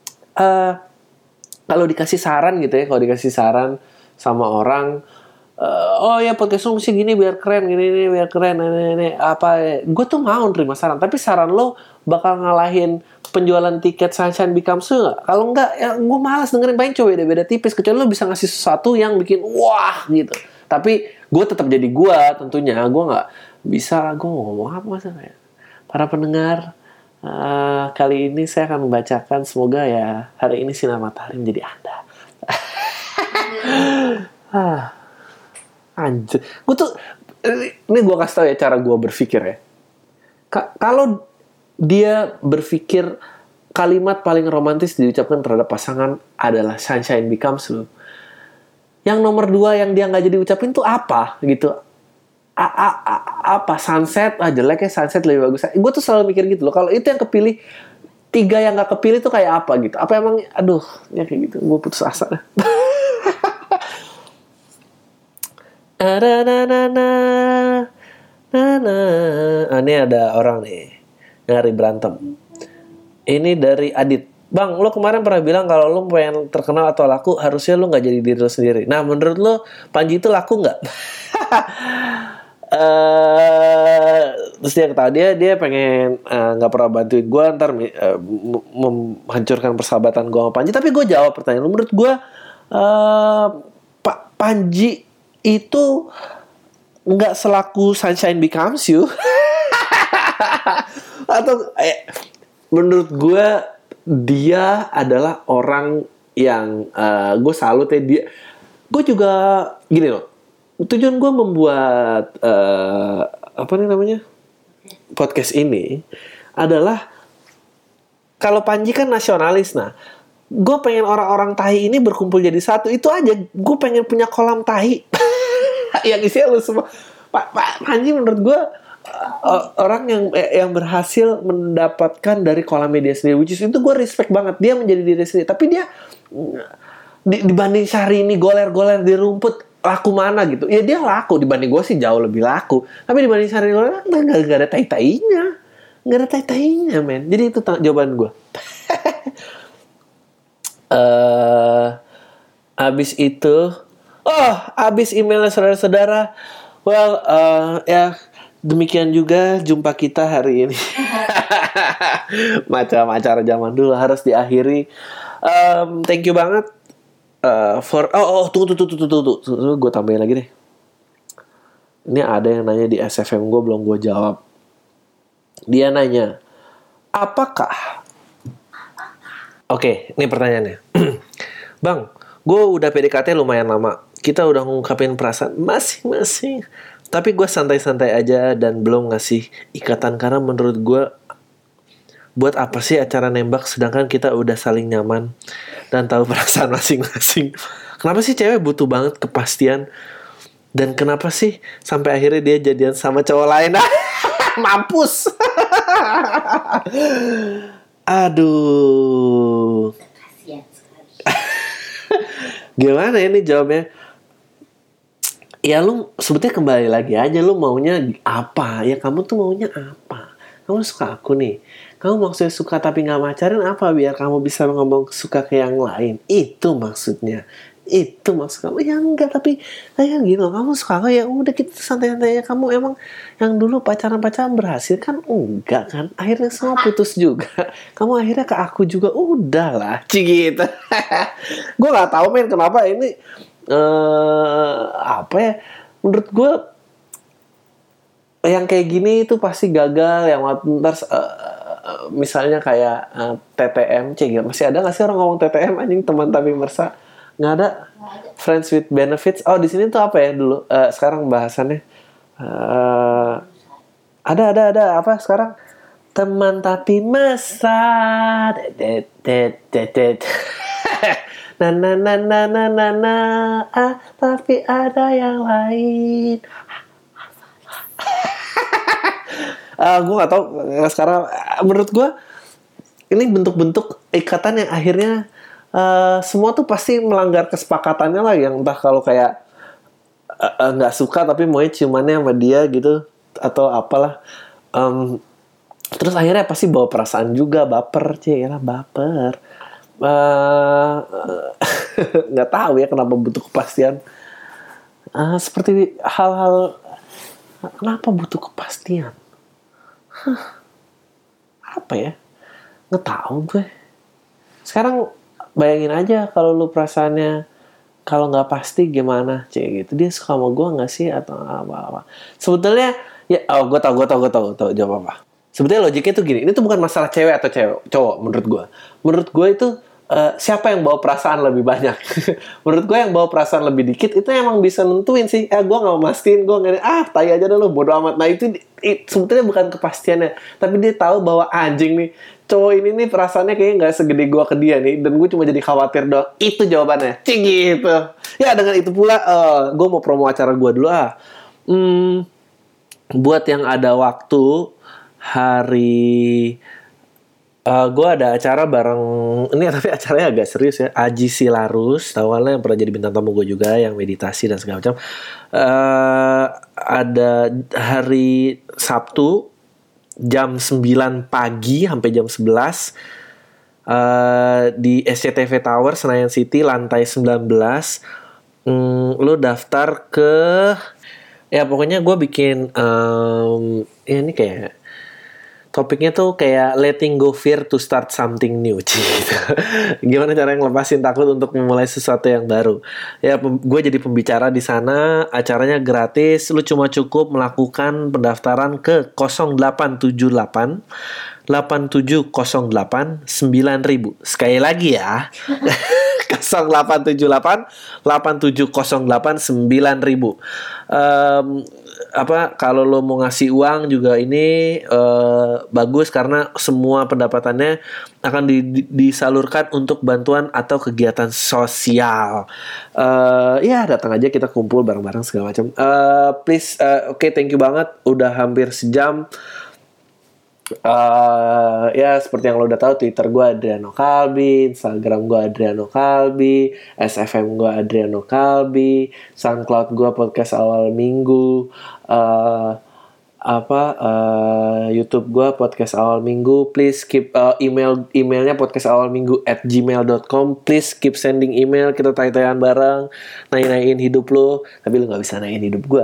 kalau dikasih saran gitu ya, kalau dikasih saran sama orang, oh ya podcast lu mesti gini biar keren, gini biar keren, ini apa? Gue tuh mau nerima saran, tapi saran lo bakal ngalahin penjualan tiket Sunshine Becomes You nggak? Kalau nggak, ya gue malas dengerin, paling coba beda-beda tipis. Kecuali lo bisa ngasih sesuatu yang bikin wah gitu. Tapi gue tetap jadi gue, tentunya gue nggak bisa. Gue mau ngomong apa maksudnya? Para pendengar, kali ini saya akan membacakan, semoga ya hari ini sinar matahari menjadi Anda. Anjir, gue tuh ini gue kasih tau ya cara gue berpikir ya. Kalau dia berpikir kalimat paling romantis diucapkan terhadap pasangan adalah Sunshine Becomes You, yang nomor 2 yang dia nggak jadi ucapin tuh apa gitu? Apa sunset? Jelek ya, sunset lebih bagus. Gue tuh selalu mikir gitu loh. Kalau itu yang kepilih, 3 yang nggak kepilih tuh kayak apa gitu? Apa emang ya kayak gitu. Gue putus asa dah. Ini ada orang nih nyari berantem. Ini dari Adit. Bang, lo kemarin pernah bilang kalau lo pengen terkenal atau laku, harusnya lo gak jadi diri lo sendiri. Nah, menurut lo Panji itu laku gak? Terus dia ketawa, dia pengen gak pernah bantuin gue, ntar menghancurkan persahabatan gue sama Panji. Tapi gue jawab pertanyaan lo. Menurut gue Panji itu gak selaku Sunshine Becomes You. Atau menurut gue dia adalah orang yang gue salut ya. Gue juga gini loh, tujuan gue membuat podcast ini adalah, kalau Panji kan nasionalis, nah gue pengen orang-orang tahi ini berkumpul jadi satu. Itu aja, gue pengen punya kolam tahi yang isinya lu semua. Pak Panji menurut gue orang yang berhasil mendapatkan dari kolam media sendiri, which is itu gue respect banget. Dia menjadi diri sendiri, tapi dia dibanding Syahrini goler-goler di rumput, laku mana gitu? Ya dia laku, dibanding gue sih jauh lebih laku. Tapi dibanding Syahrini goler, nggak ada tai-tainya, men. Jadi itu jawaban gue. Abis emailnya saudara-saudara. Well, ya demikian juga jumpa kita hari ini. Macam acara zaman dulu harus diakhiri. Thank you banget tunggu, gue tambahin lagi deh. Ini ada yang nanya di SFM gue, belum gue jawab. Dia nanya, apakah... Oke, ini pertanyaannya. Bang, gue udah PDKT lumayan lama. Kita udah ngungkapin perasaan masing-masing. Tapi gue santai-santai aja dan belum ngasih ikatan. Karena menurut gue, buat apa sih acara nembak sedangkan kita udah saling nyaman dan tahu perasaan masing-masing. Kenapa sih cewek butuh banget kepastian? Dan kenapa sih sampai akhirnya dia jadian sama cowok lain? Mampus. Aduh. Gimana ini jawabnya? Ya lu sebetulnya kembali lagi aja, lu maunya apa? Ya kamu tuh maunya apa? Kamu suka aku nih. Kamu maksudnya suka tapi gak pacaran apa? Biar kamu bisa ngomong suka ke yang lain. Itu maksudnya. Itu maksud kamu. Ya enggak, tapi kan gitu. Kamu suka aku, ya udah kita santai-santai aja. Kamu emang yang dulu pacaran-pacaran berhasil kan? Enggak kan? Akhirnya semua putus juga. Kamu akhirnya ke aku juga. Udahlah, gitu. Gue gak tahu men kenapa ini apa ya? Menurut gue yang kayak gini itu pasti gagal. Yang ntar misalnya kayak TTM, masih ada nggak sih orang ngomong TTM anjing, teman tapi mersa? Nggak ada. Friends with benefits. Oh, di sini tuh apa ya dulu? Sekarang bahasannya ada apa sekarang? Teman tapi mesra. Na tapi ada yang lain. Gue gak tau sekarang. Menurut gue ini bentuk-bentuk ikatan yang akhirnya semua tuh pasti melanggar kesepakatannya lah. Yang entah kalau kayak gak suka tapi maunya ciumannya sama dia gitu, atau apalah. Terus akhirnya pasti bawa perasaan juga, baper. Baper. Gak tahu ya kenapa butuh kepastian. Seperti hal-hal, kenapa butuh kepastian? Apa ya? Nggak tahu gue. Sekarang bayangin aja kalau lu perasaannya kalau nggak pasti gimana, gitu. Dia suka sama gue nggak sih atau apa-apa? Sebetulnya ya, gue tahu jawab apa. Sebetulnya logiknya tuh gini. Ini tuh bukan masalah cewek atau cowok menurut gue. Menurut gue itu siapa yang bawa perasaan lebih banyak. Menurut gue yang bawa perasaan lebih dikit itu emang bisa nentuin sih. Gue gak mau mastiin, gue gak tai aja dulu, bodo amat. Nah itu sebetulnya bukan kepastiannya, tapi dia tahu bahwa anjing nih, cowok ini nih perasaannya kayaknya gak segede gue ke dia nih, dan gue cuma jadi khawatir doang. Itu jawabannya, gitu. Ya dengan itu pula gue mau promo acara gue dulu buat yang ada waktu hari gue ada acara bareng ini, tapi acaranya agak serius ya. Aji Silarus, tahu lah, yang pernah jadi bintang tamu gue juga, yang meditasi dan segala macam. Ada hari Sabtu jam 9 pagi sampai jam 11 di SCTV Tower Senayan City lantai 19. Lo daftar ke, ya pokoknya gue bikin ya ini kayak topiknya tuh kayak letting go fear to start something new, gitu. Gimana cara ngelepasin takut untuk memulai sesuatu yang baru. Ya, gue jadi pembicara di sana. Acaranya gratis. Lu cuma cukup melakukan pendaftaran ke 0878 8708 9000. Sekali lagi ya. 0878 8708 9000. Kalau lo mau ngasih uang juga ini bagus, karena semua pendapatannya akan disalurkan untuk bantuan atau kegiatan sosial. Ya datang aja, kita kumpul bareng-bareng segala macam. Please, oke, thank you banget udah hampir sejam. Ya seperti yang lo udah tahu, Twitter gue Adriano Kalbi, Instagram gue Adriano Kalbi, SFM gue Adriano Kalbi, SoundCloud gue Podcast Awal Minggu, YouTube gue Podcast Awal Minggu. Please keep emailnya podcastawalminggu@gmail.com. Please keep sending email, kita tay-tayan bareng, nanya-nanyain hidup lo, tapi lo nggak bisa nanyain hidup gue.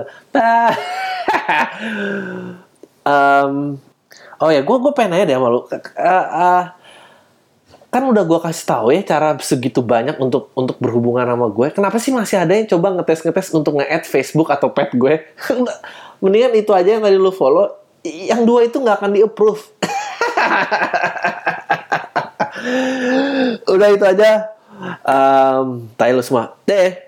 Oh ya, gue pengen nanya deh sama lu. kan udah gue kasih tahu ya cara segitu banyak untuk berhubungan sama gue. Kenapa sih masih ada yang coba ngetes untuk nge-add Facebook atau pet gue? Mendingan itu aja yang tadi lu follow. Yang dua itu nggak akan di-approve. Udah itu aja. Tai lu semua. Deh.